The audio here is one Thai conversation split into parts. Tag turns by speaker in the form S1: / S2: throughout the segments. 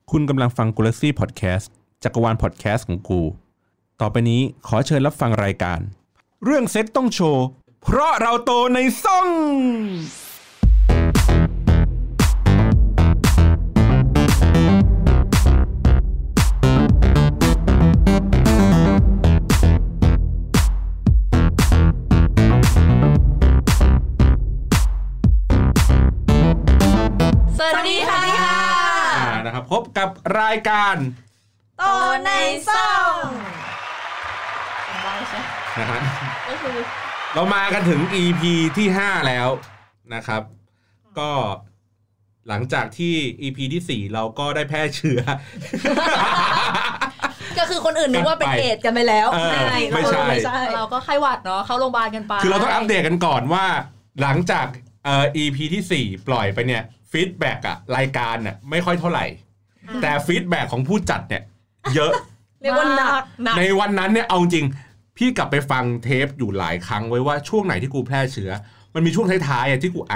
S1: คุณกำลังฟัง Galaxy Podcast จักรวาลพอดแคสต์ของกูต่อไปนี้ขอเชิญรับฟังรายการเรื่องเซ็กต้องโชว์เพราะเราโตในซ่อง
S2: สวัสดีค่ะ
S1: นะครับพบกับรายการ
S2: โตในซ่อง
S1: นะฮะก็คือเรามากันถึง EP ที่5แล้วนะครับก็หลังจากที่ EP ที่4เราก็ได้แพร่เชื้อ
S2: ก็คือคนอื่นนึกว่าเป็นเอดส์กันไปแล้ว
S1: ไม่ใช่
S2: เราก็ไข้หวัดเนาะเข้าโรงพยาบาลกันไป
S1: คือเราต้องอัปเดตกันก่อนว่าหลังจากEP ที่4ปล่อยไปเนี่ยฟีดแบ็กอะรายการน่ะไม่ค่อยเท่าไหร่แต่ฟีดแบ็กของผู้จัดเนี่ยเยอะ
S2: เรียกว่าหนัก
S1: ในวันนั้นเนี่ยเอาจริงพี่กลับไปฟังเทปอยู่หลายครั้งไว้ว่าช่วงไหนที่กูแพร่เชื้อมันมีช่วงท้ายๆที่กูไอ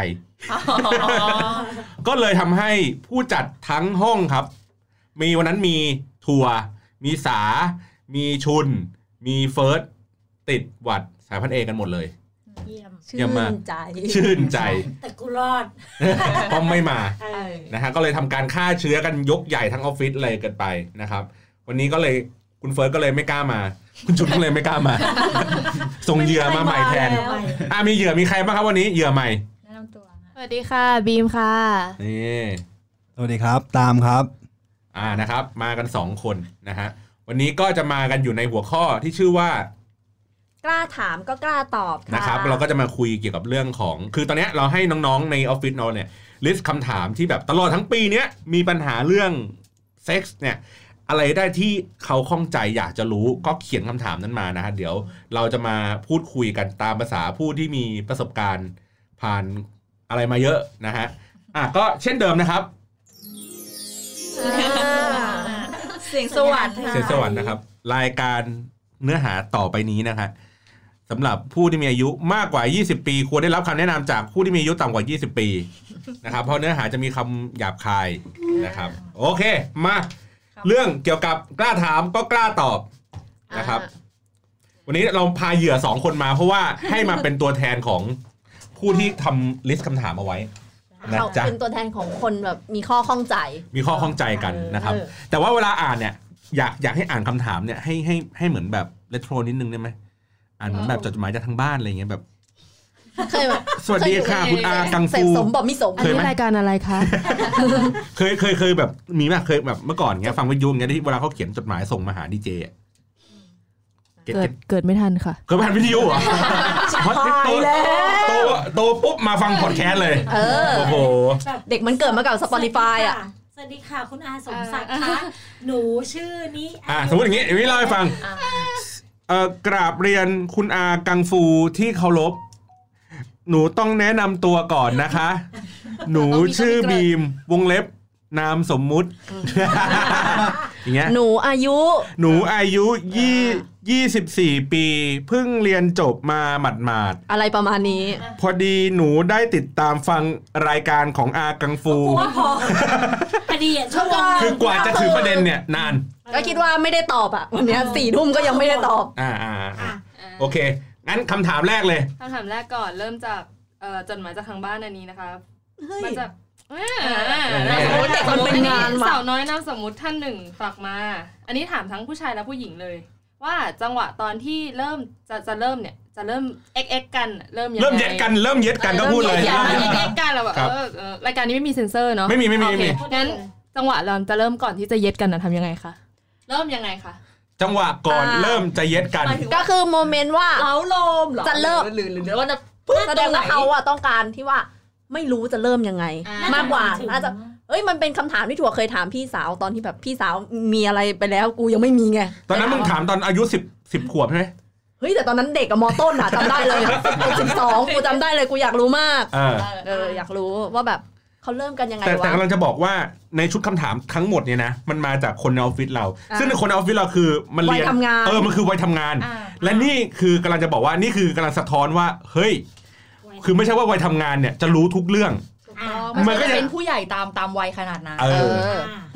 S1: ก็เลยทำให้ผู้จัดทั้งห้องครับมีวันนั้นมีทัวร์มีสามีชุนมีเฟิร์สติดหวัดสายพันธุ์เอกันหมดเลย
S2: ชื่นใจ
S1: ชื่นใจ
S3: แต่กูรอด
S1: ป้อมไม่มานะฮะก็เลยทำการฆ่าเชื้อกันยกใหญ่ทั้งออฟฟิศเลยเกินไปนะครับวันนี้ก็เลยคุณเฟิร์สก็เลยไม่กล้ามาคุณชุนก็เลยไม่กล้ามาส่งเหยื่อมาใหม่แทนมีเหยื่อมีใครบ้างครับวันนี้เหยื่อใหม่
S2: แนะนำตัว
S4: สวัสดีค่ะบีมค่ะ
S1: นี่
S5: สวัสดีครับตามครับ
S1: นะครับมากัน2คนนะฮะวันนี้ก็จะมากันอยู่ในหัวข้อที่ชื่อว่าก
S2: ล้าถามก็กล้าตอบ
S1: นะครับเราก็จะมาคุยเกี่ยวกับเรื่องของคือตอนนี้เราให้น้องๆในออฟฟิศเราเนี่ยลิสต์คำถามที่แบบตลอดทั้งปีนี้มีปัญหาเรื่องเซ็กส์เนี่ยอะไรได้ที่เขาข้องใจอยากจะรู้ก็เขียนคำถามนั้นมานะฮะเดี๋ยวเราจะมาพูดคุยกันตามภาษาผู้ที่มีประสบการณ์ผ่านอะไรมาเยอะนะฮะก็เช่นเดิมนะครับ
S2: เสียงสวรรค์
S1: นะครับรายการเนื้อหาต่อไปนี้นะคะสำหรับผู้ที่มีอายุมากกว่า20ปีควรได้รับคำแนะนำจากผู้ที่มีอายุต่ำกว่า20ปีนะครับเพราะเนื้อหาจะมีคำหยาบคายนะครับโอเคมาเรื่องเกี่ยวกับกล้าถามก็กล้าตอบนะครับวันนี้เราพาเหยื่อ2คนมาเพราะว่าให้มาเป็นตัวแทนของผู้ที่ทำลิสต์คำถามเอาไไว้
S2: นะจ๊ะเป็นตัวแทนของคนแบบมีข้อข้องใจ
S1: กันนะครับแต่ว่าเวลาอ่านเนี่ยอยากให้อ่านคำถามเนี่ยให้เหมือนแบบเรโทรนิดนึงได้ไหมอ่านเหมือนแบบจดหมายจากทางบ้านอะไรเงี้ยแบบ
S2: เคยแบบ
S1: สวัสดีค่ะคุณอากังฟู
S2: สมบอกมิสม
S4: อันนี้รายการอะไรคะ
S1: เคยแบบมีไหมเคยแบบเมื่อก่อนเงี้ยฟังวิทยุเงี้ยที่เวลาเขาเขียนจดหมายส่งมาหาดีเจ
S4: เกิดไม่ทันค่ะ
S1: เกิดไม่ทันวิทยุเหรอโตปุ๊บมาฟังพอดแคสต์เลยโอ้โห
S2: เด็กมันเกิดมากับ Spotify อ่ะ
S3: สวัสดีค่ะคุณอาสมศักดิ์คะหนูชื่อนี้
S1: สมมติอย่างงี้เล่าให้ฟังกราบเรียนคุณอากังฟูที่เคารพหนูต้องแนะนำตัวก่อนนะคะหนูชื่อบีมวงเล็บนามสมมุติอย่างเงี้ย
S2: หนูอายุ
S1: 24ปีเพิ่งเรียนจบมาหมาด
S2: ๆอะไรประมาณนี้
S1: พอดีหนูได้ติดตามฟังรายการของอากังฟู
S3: พอดีชั่วโมง
S1: คือกว่าจะถึงประเด็นเนี่ยนาน
S2: ก็คิดว่าไม่ได้ตอบอ่ะวันนี้ 4 ทุ่มก็ยังไม่ได้ตอบ
S1: โอเคงั้นคำถามแรกเลย
S4: คำถามแรกก่อนเริ่มจากจดหมายจากทางบ้านอันนี้นะคะมาจาก
S2: เด็กมันเป็นงาน
S4: สาวน้อยนามสมมุติท่านหนึ่งฝากมาอันนี้ถามทั้งผู้ชายและผู้หญิงเลยว่าจังหวะตอนที่เริ่มจะเริ่มเนี่ยจะเริ่ม XX กันเริ่มยังไง
S1: เริ่มเย็ดกันก็พูดเลย
S4: XX กันแล้วแบบรายการนี้ไม่มีเซ็นเซอร์เนาะ
S1: ไม่มี
S4: งั้นจังหวะเราจะเริ่มก่อนที่จะเย็ดกันนะทำยังไงคะเริ่มยังไงคะ
S1: จังหวะก่อนเริ่มจะเย็ดกัน
S2: ก็คือโมเมนต์ว่า
S4: เล้าโลม
S2: จะเริ่มหรือว่าจะแสดงว่าเขาอะต้องการที่ว่าไม่รู้จะเริ่มยังไงมากกว่าอาจจะมันเป็นคำถามที่ถั่วเคยถามพี่สาวตอนที่แบบพี่สาวมีอะไรไปแล้วกูยังไม่มีไง
S1: ตอนนั้นมึงถามตอนอายุ10ขวบใช่ไหม
S2: แต่ตอนนั้นเด็กกับม.ต้นอะจำได้เลย12กูจำได้เลยกูอยากรู้มากอยากรู้ว่าแบบเขาเริ่มกันยังไงวะ
S1: แต่กำลังจะบอกว่าในชุดคำถามทั้งหมดเนี่ยนะมันมาจากคนในออฟฟิศเราซึ่งในคนในออฟฟิศเราคือมันเรียนมันคือวัยทำงานและนี่คือกำลังจะบอกว่านี่คือกำลังสะท้อนว่าเฮ้ยคือไม่ใช่ว่าวัยทำงานเนี่ยจะรู้ทุกเรื่อง
S2: มันก็จะเป็นผู้ใหญ่ตามวัยขนาดนั้น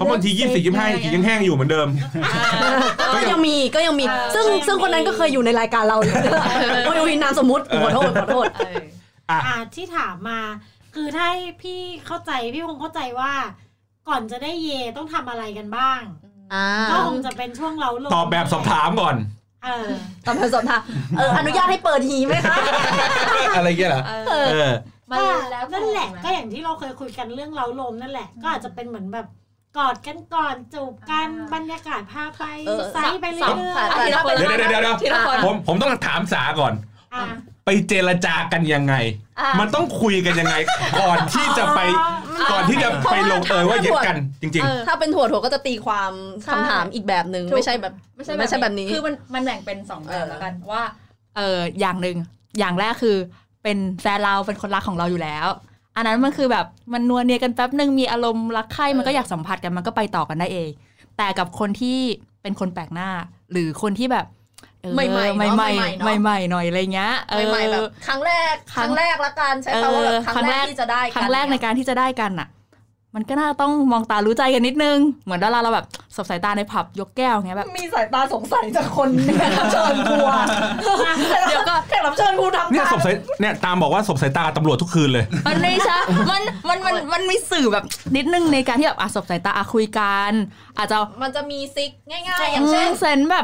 S1: ราะบางที24-25ยังแห้งอยู่เหมือนเดิม
S2: ก็ยังมีซึ่งคนนั้นก็เคยอยู่ในรายการเราโอ้ยนามสมมุติขอโทษ
S3: ที่ถามมาคือถ้าพี่เข้าใจพี่คงเข้าใจว่าก่อนจะได้เยต้องทำอะไรกันบ้างก็คงจะเป็นช่วงเราลง
S1: ตอบแบบสอบถามก่อน
S2: ตอบแบบสอบถามอนุญาตให้เปิดหีไหมคะ
S1: อะไรเงี้ยเหรอ
S3: นั่นแหละก็อย่างที่เราเคยคุยกันเรื่องเราลมนั่นแหละก็อาจจะเป็นเหมือนแบบกอดกันก่อนจูบกันบรรยากาศพาไปไซส์ไปเรื่อย
S1: ๆเดี๋ยวผมต้องถามสาก่อนไปเจรจากันยังไงมันต้องคุยกันยังไงก่อนที่จะไปลงว่าเย็ดกันจริง
S2: ๆถ้าเป็นถั่วก็จะตีความคำถามอีกแบบนึงไม่ใช่แบบนี้
S6: คือมันแบ่งเป็น2แบบแล้วกันว่าอย่างนึงอย่างแรกคือเป็นแฟนเราเป็นคนรักของเราอยู่แล้วอันนั้นมันคือแบบมันนัวเนียกันแป๊บนึงมีอารมณ์รักใคร่มันก็อยากสัมผัสกันมันก็ไปต่อกันได้เองแต่กับคนที่เป็นคนแปลกหน้าหรือคนที่แบบใหม่หน่อยอะไรเงี้ย
S2: ใหม่แบบครั้งแรกละกันใช้คำว่าแบบครั้งแรกที่จะได้
S6: ครั้งแรกในการที่จะได้กันอ่ะมันก็น่าต้องมองตารู้ใจกันนิดนึงเหมือนเวลาเราแบบสบสายตาในผับยกแก้วเงี้ยแบบ
S2: มีสายตาสงสัยจากคนรับเชิญกูเดี๋ยวก็แขกรับเชิญกูทำ
S1: เนี่ยสบสายเนี่ยตามบอกว่าสบสายตาตำรวจทุกคืนเลย
S6: มันไม่ใช่มันมีสื่อแบบนิดนึงในการที่แบบสบสายตาคุยกันอาจจะ
S2: มันจะมีซิกง่ายๆอย่างเช่น
S6: เซนแบบ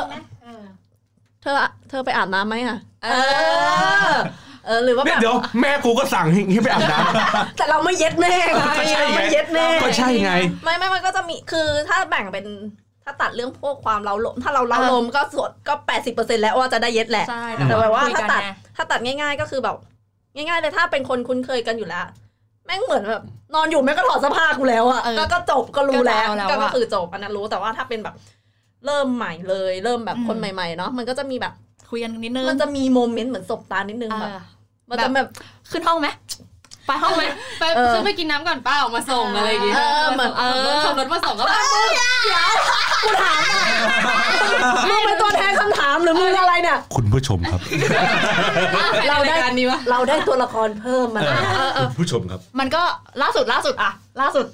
S2: เธอไปอาบน้ำไหมอ่ะหรือว่าแบบ
S1: เดี๋ยวแม่กูก็สั่งให้ไปอาบน้
S2: ำแต่เราไม่เย็ดแม่ไงไม่เย็ดแม่
S1: ก็ใช่ไง
S2: ไม่มันก็จะมีคือถ้าแบ่งเป็นถ้าตัดเรื่องพวกความเล้าลมถ้าเราเล้าลมก็ส่วนก็ 80% แล้วว่าจะได้เย็ดแหละแต่แบบว่าถ้าตัดง่ายๆก็คือแบบง่ายๆเลยถ้าเป็นคนคุ้นเคยกันอยู่แล้วแม่งเหมือนแบบนอนอยู่แม่งก็ถอดเสื้อผ้ากูแล้วอ่ะก็จบก็รู้แล้วก็คือจบอันนั้นรู้แต่ว่าถ้าเป็นแบบเริ่มใหม่เลยเริ่มแบบคนใหม่ๆเนาะมันก็จะมีแบบ
S6: คุยกันนิดนึง
S2: มันจะมีโมเมนต์เหมือนสบตานิดนึงแบบมันจะแบบ
S6: ขึ้นห้องไหมไปห้องไหม
S4: ไปขึ้นไปกินน้ำก่อนป้าออกมาส่งอะไรอย่างเงี้ย
S2: เหมือน
S4: ขับรถมาส่งก็แบบ
S2: เดี๋ยวกูถามมึงเป็นตัวแทนคำถามหรือมึงอะไรเนี่ย
S1: คุณผู้ชมครับ
S2: เราได้ตัวละครเพิ่มมา
S1: คุณผู้ชมครับ
S6: มันก็ล่าสุดอะล่าสุด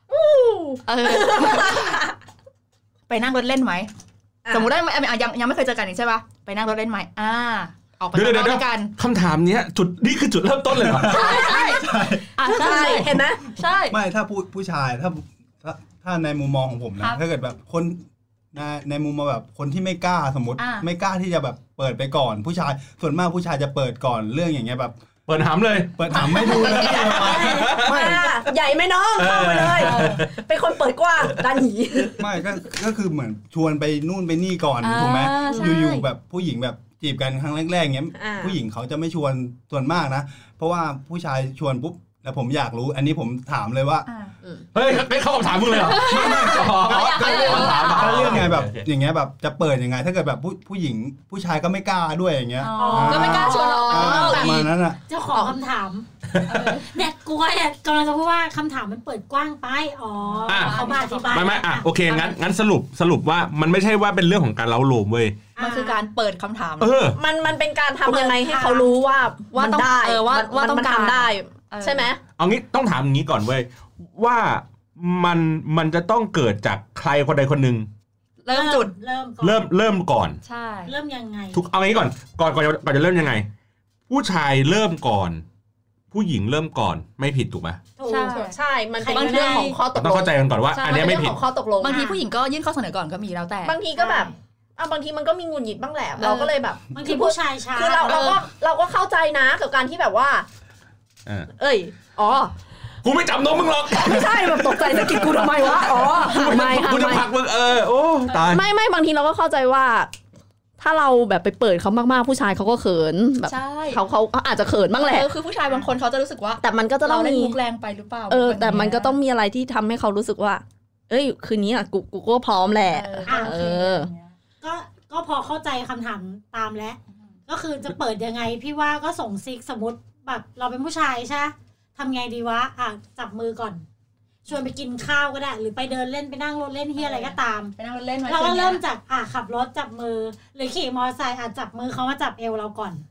S6: ไปนั่งรถเล่นไหมสมมุติว่ายังไม่เคยเจอกันใช่ป่ะไปนั่งรถเล่นไหมออกไปด้วยกัน
S1: คำถามนี้นี่คือจุดเริ่มต้นเลยเหรอ
S2: ใช่เห็นไหมใช่
S5: ไม่ถ้าผู้ชายถ้าในมุมมองของผมนะถ้าเกิดแบบคนในมุมมองแบบคนที่ไม่กล้าสมมติไม่กล้าที่จะแบบเปิดไปก่อนผู้ชายส่วนมากผู้ชายจะเปิดก่อนเรื่องอย่างเงี้ยแบบ
S1: เปิดถามเลย
S5: เปิดถามไม่ดูเลย
S2: ไม่ใหญ่ไหมน้องเข้าไปเลยเป็นคนเปิดกว้างดันหนี
S5: ไม่ก็คือเหมือนชวนไปนู่นไปนี่ก่อนถูกไหมอยู่ๆแบบผู้หญิงแบบจีบกันครั้งแรกๆเงี้ยผู้หญิงเขาจะไม่ชวนส่วนมากนะเพราะว่าผู้ชายชวนปุ๊บแล้วผมอยากรู้อันนี้ผมถามเลยว่า
S1: เฮ้ยไม่เข้าคำถามมึงเลยเหรอ
S5: ก็เรื่องไงแบบอย่างเงี้ยแบบจะเปิดยังไงถ้าเกิดแบบผู้หญิงผู้ชายก็ไม่กล้าด้วยอย่างเงี้ย
S2: ก็ไม่กล้าชวนเรา
S5: ประมาณนั้นอ่ะ
S3: เจ้าของคำถามเนี่ยกูกำลังจะพูดว่าคำถามมันเปิดกว้างไปเขามาอธิบาย
S1: ไม่โอเคงั้นสรุปว่ามันไม่ใช่ว่าเป็นเรื่องของการเล้าโลมเว้ย
S6: มันคือการเปิดคำถาม
S2: มันเป็นการทำยังไงให้เขารู้ว่าต้องได้ว่าต้องทำได้ใช่ไหม
S1: เอางี้ต้องถามอย่างนี้ก่อนเว้ยว่ามันจะต้องเกิดจากใครคนใดคนหนึ่ง
S6: เริ่มจุด
S1: เริ่มก่อน
S6: ใช่
S3: เริ่มยังไง
S1: ทุกเอางี้ก่อนจะเริ่มยังไงผู้ชายเริ่มก่อนผู้หญิงเริ่มก่อนไม่ผิดถูกไหม
S2: ใช่มันเป็นเรื่องของข้อตกลง
S1: ต้องเข้าใจกันก่อนว่าอันนี้ไม่ผิด
S2: ข้อตกลง
S6: บางทีผู้หญิงก็ยื่นข้อเสนอก่อนก็มีแล้วแต่
S2: บางทีก็แบบบางทีมันก็มีงุนหงิดบ้างแหละเราก็เลยแบบ
S3: บางทีผู้ชายช้า
S2: คือเราก็เข้าใจนะกับการที่แบบว่า
S1: กูไม่จับน้องมึงหรอก
S2: ไม่ใช่แบบตกใจสะกิดกูทำไมวะไม่
S1: กูจะผลักมึงโอ้ตาย
S2: ไม่บางทีเราก็เข้าใจว่าถ้าเราแบบไปเปิดเขามากๆผู้ชายเขาก็เขินแบบเขาอาจจะเขินบ้างแหละ
S6: คือผู้ชายบางคนเขาจะรู้สึกว่า
S2: แต่มันก็จะต้องมี
S6: มุกแรงไปหรือเปล่า
S2: แต่มันก็ต้องมีอะไรที่ทำให้เขารู้สึกว่าคืนนี้กูก็พร้อมแหละ
S3: ก็พอเข้าใจคำถามตามแล้วก็คือจะเปิดยังไงพี่ว่าก็ส่งซิกสมมติแบบเราเป็นผู้ชายใช่ทำไงดีวะจับมือก่อนชวนไปกินข้าวก็ได้หรือไปเดินเล่นไปนั่งรถเล่นที่อะไรก็ตาม
S6: ไปนั่งรถเล่น
S3: เราก็เริ่มจากขับรถจับมือหรือขี่มอเตอร์ไซค์จับมือเขามาจับเอวเราก่อนดู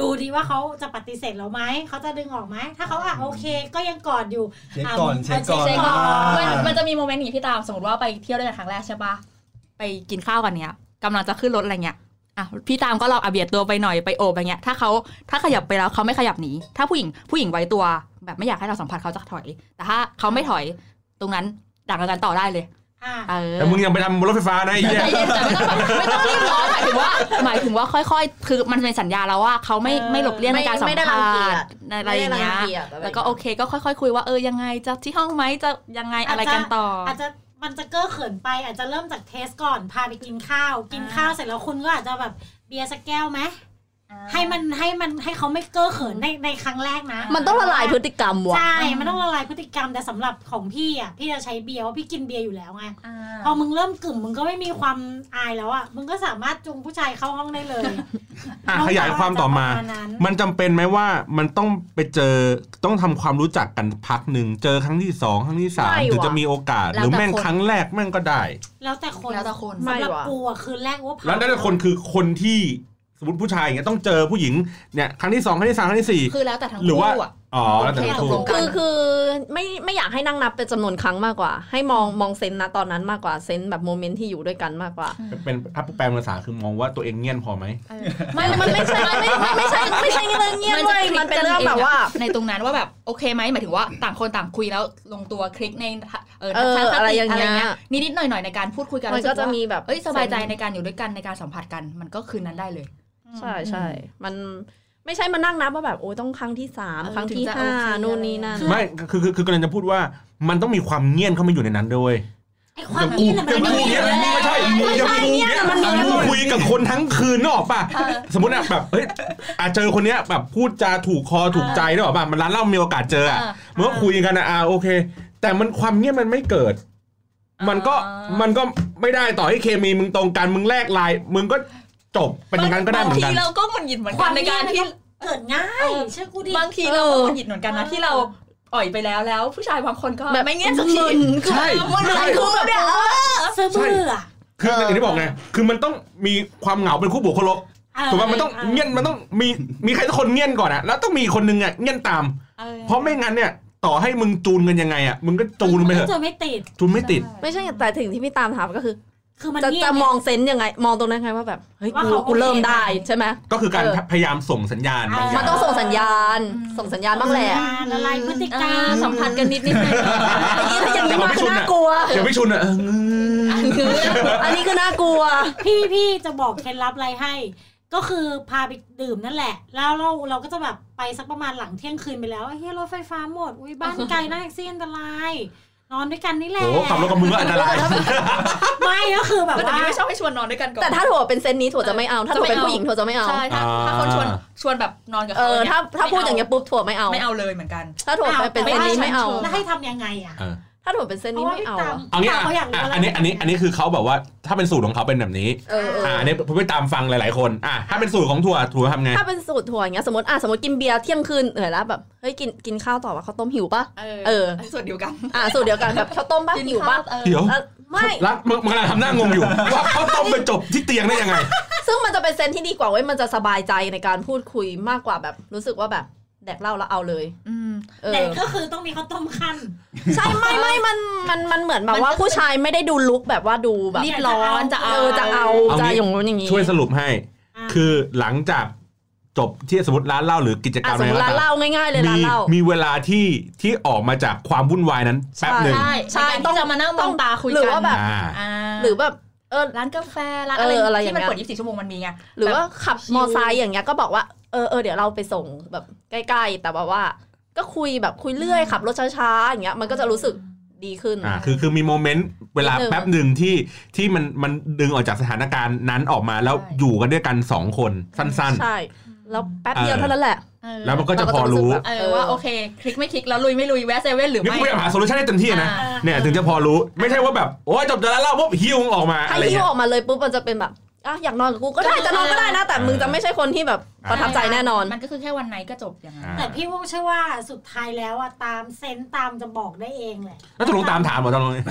S3: ดูดีว่าเขาจะปฏิเสธเราไหมเขาจะดึงออกไหมถ้าเขาโอเคก็ยังกอดอยู่
S5: เช็คก่อน
S6: มันจะมีโมเมนต์อย่างพี่ตามสมมติว่าไปเที่ยวด้วยกันครั้งแรกใช่ปะไปกินข้าวกันเนี้ยกำลังจะขึ้นรถอะไรเงี้ยพี่ตามก็เราเบียดตัวไปหน่อยไปโอบอะไรเงี้ยถ้าขยับไปแล้วเขาไม่ขยับหนีถ้าผู้หญิงไว้ตัวแบบไม่อยากให้เราสัมผัสเขาจะถอยแต่ถ้าเขาไม่ถอยตรงนั้นดักกันต่อได้เลย
S1: แต่มึงยังไปทำบนรถไฟฟ้านะไอ้เหี้ย
S6: แต่ไม่ต้องรีบร้อนหมายถึงว่าค่อยๆคือมันเป็นสัญญาแล้วว่าเขาไม่หลบเลี่ยงในการสัมภาษณ์อะไรอย่างเงี้ยแล้วก็โอเคก็ค่อยๆคุยว่ายังไงจะที่ห้องไหมจะยังไงอะไรกันต่อ
S3: อาจจะมันจะเก้อเขินไปอาจจะเริ่มจากเทสก่อนพาไปกินข้าวเสร็จแล้วคุณก็อาจจะแบบเบียร์สักแก้วไหมให้เขาไม่เก้อเขินในครั้งแรกนะ
S2: มันต้องละลายพฤติกรรมว่ะ
S3: ใช่มันต้องละลายพฤติกรรมแต่สำหรับของพี่พี่จะใช้เบียร์ว่าพี่กินเบียร์อยู่แล้วไงพอมึงเริ่มกึ่มมึงก็ไม่มีความอายแล้วมึงก็สามารถจูงผู้ชายเข้าห้องได้เลย
S1: ขยายความต่อมามันจำเป็นไหมว่ามันต้องไปเจอต้องทำความรู้จักกันพักหนึ่งเจอครั้งที่2ครั้งที่3ถึงจะมีโอกาสหรือแม่งครั้งแรกแม่งก็ได้
S3: แล้วแต่คนสำหรับกูคืนแรกว่า
S1: แล้วแต่คนคือคนที่สมมติผู้ชายอย่างเงี้ยต้องเจอผู้หญิงเนี่ยครั้งที่2ครั้งที่3ครั้งที่4
S6: คือแล้วแต่ทั้งคู่
S1: หรือว่าแล้วแต่ทั้งคู่
S2: คือไม่อยากให้นั่งนับเป็นจำนวนครั้งมากกว่าให้มองเซนนะตอนนั้นมากกว่าเซนแบบโมเมนต์ที่อยู่ด้วยกันมากกว่า
S1: เป็นถ้าแปลภาษาคือมองว่าตัวเองเงียบพอไหม
S2: มันไม่ใช่เรื่องเงียบเลยมันเป็นเรื่องแบบว่า
S6: ในตรงนั้นว่าแบบโอเคไหมหมายถึงว่าต่างคนต่างคุยแล้วลงตัวคลิกใน
S2: อะไรอย่างเงี้ย
S6: นิดๆหน่อยๆในการพูดคุยกัน
S2: มันก็จะมีแบบ
S6: สบายใจในการอยู่ด้วยกันในการสัมผัสกันมันก็คืนนั้นได้เลย
S2: ใช่มันไม่ใช่มานั่งนับว่าแบบโอ้ต้องครั้งที่3ครั้งที่5นู่นนี่นั่น
S1: ไม่คือกำลังจะพูดว่ามันต้องมีความเงียบเข้ามาอยู่ในนั้นด้วย
S3: ไอ้ความเงียบ
S1: มันไม่ใช่มึงคุยกับคนทั้งคืนนึกออกป่ะสมมติแบบเฮ้ยเจอคนเนี้ยแบบพูดจาถูกคอถูกใจนึกออกป่ะมันร้านเหล้ามีโอกาสเจอเมื่อคุยกันโอเคแต่มันความเงียบมันไม่เกิดมันก็ไม่ได้ต่อให้เคมีมึงตรงกันมึงแลกไลน์มึงก็จบเป็นอย่างนั้นก็ได้เหมือนกัน
S6: บางทีเราก็หงุดหงิดเหมือนกันในการที่
S3: เกิดง่ายเชื่อกูดิ
S6: บางทีเราก็หงุดหงิดเหมือนกันนะที่เราอ่อยไปแล้วผู้ชายบางคนก็แบบไม่เงี้ยสักที
S1: ใช่
S6: คือแบบเนี่ย
S3: ซื้อเบื่อ
S1: คืออย่างที่บอกไงคือมันต้องมีความเหงาเป็นคู่บวกคู่ลบถูกป่ะมันต้องเงี้ยมันต้องมีใครสักคนเงี้ยก่อนแล้วต้องมีคนนึงเงี้ยตามเพราะไม่งั้นเนี่ยต่อให้มึงจูนกันยังไงมึงก็จูนไปเถอะ
S3: จูนไม่
S1: ติด
S2: ไม่ใช่แต่ถึงที่พี่ตามถามก็คือจะมองเซนส์ยังไงมองตรงนั้นไงว่าแบบเฮ้ยกูเริ่มได้ใช่ไหม
S1: ก็คือการพยายามส่งสัญญาณ
S2: มันต้องส่งสัญญาณบ้างแหละ
S3: ละลายพฤติกรรม
S6: สัมผัสกันนิด
S2: อย่างนี้มันน่ากลัว
S1: อย่าไม่ชุน
S2: อันนี้ก็น่ากลัว
S3: พี่จะบอกเคล็ดลับอะไรให้ก็คือพาไปดื่มนั่นแหละแล้วเราก็จะแบบไปสักประมาณหลังเที่ยงคืนไปแล้วเฮ้ยรถไฟฟ้าหมดบ้านไกลน่าแท็กซี่อันตรายนอนด้วยกันนี่แหละ
S1: โอ้ขับรถกับมึงก็อันตราย
S3: ไม่ก็คือแบบว่า
S6: ไม่ชอบให้ชวนนอนด้วยกันก่อน
S2: แต่ถ้าถั่วเป็นเซนนี้ถั่วจะไม่เอาถ้าถั่วเป็นผู้หญิงถั่วจะไม่เอา
S6: ใช่ถ้าคนชวนแบบนอนกับ
S2: เขาถ้าพูดอย่างเงี้ยปุ๊บถั่วไม่
S6: เอาเลยเหมือนกัน
S2: ถ้าถั่วเป็นเซนนี้ไม่เอา
S3: แล้วให้ทำยังไง
S2: ถ้าถั่วเป็นเซนนี้ไม่เอา
S1: อันนี้คือเขาแบบว่าถ้าเป็นสูตรของเขาเป็นแบบนี้อันนี้ผมไปตามฟังหลายๆคนถ้าเป็นสูตรของถั่วทำไง
S2: ถ้าเป็นสูตรถั่วอย่างเงี้ยสมมติกินเบียร์เที่ยงคืนแล้วแบบเฮ้ยกินข้าวต่อว่าข้าวต้มหิวป่ะ
S6: สูตรเดียวกัน
S2: สูตรเดียวกันแบบข้าวต้มป่ะหิวป่ะ
S1: เดี๋ยวไม่รักมึงกำลังทำหน้างงอยู่ว่าข้าวต้มไปจบที่เตียงได้ยังไง
S2: ซึ่งมันจะเป็นเซนที่ดีกว่าเว้ยมันจะสบายใจในการพูดคุยมากกว่าแบบรู้สึกว่าแบบแดกเหล้าแล้วเอาเลย
S3: แต่ก็คือต้องมีข้าวต้มขั้น
S2: ใช่ไม่มันเหมือนแบบว่าผู้ชายไม่ได้ดูลุคแบบว่าดูแบบ
S6: รีบร้อนจะเอา
S2: จะอย่างนี้
S1: ช่วยสรุปให้คือหลังจากจบที่สมมติร้านเหล้าหรือกิจกรรม
S2: อะไรร้านเหล้าง่ายๆเลยร้านเหล้า
S1: มีเวลาที่ออกมาจากความวุ่นวายนั้นแป๊บนึง
S6: ใช่ต้องจะมานั่งมองตาคุยกัน
S2: หรือว่าแบบหรือแบบ
S6: ร้านกาแฟร้านอะไรที่มันเปิด24ชั่วโมงมันมีไง
S2: หรือว่าขับมอไซค์อย่างเงี้ยก็บอกว่าเดี๋ยวเราไปส่งแบบใกล้ๆแต่แบบว่าก็คุยเรื่อยขับรถช้าๆอย่างเงี้ยมันก็จะรู้สึกดีขึ้น
S1: คือมีโมเมนต์เวลาแป๊บหนึ่งที่มันดึงออกจากสถานการณ์นั้นออกมาแล้วอยู่กันด้วยกัน2คนสั้น
S2: ๆใช่แล้วแป๊บเดียวเท่านั้นแหละ
S1: แล้วมันก็จะพอรู้
S6: ว่าโอเคคลิกไม่คลิกแล้วลุยไม่ลุยแวะเซเว่นหรือไม่
S1: นี่กูพยายามหาโซลูชันให้เต็มที่นะเนี่ยถึงจะพอรู้ไม่ใช่ว่าแบบโอ้ยจบแล้วปุ๊บหิ้วออกมา
S2: อะไรหิ้วออกมาเลยปุ๊บมันจะเป็นแบบอยากนอนกับกูก็ได้จะนอนก็ได้นะแต่มึงจะไม่ใช่คนที่แบบประทับใจแน่นอน
S6: มันก็คือแค่วันไหนก็จบอย่างนั้น
S3: แต่พี่ว่าเชื่อว่าสุดท้ายแล้วตามเซนตามจะบอกได้เองแหละ
S1: แล้วจะลงตามถามหรอตอนนี้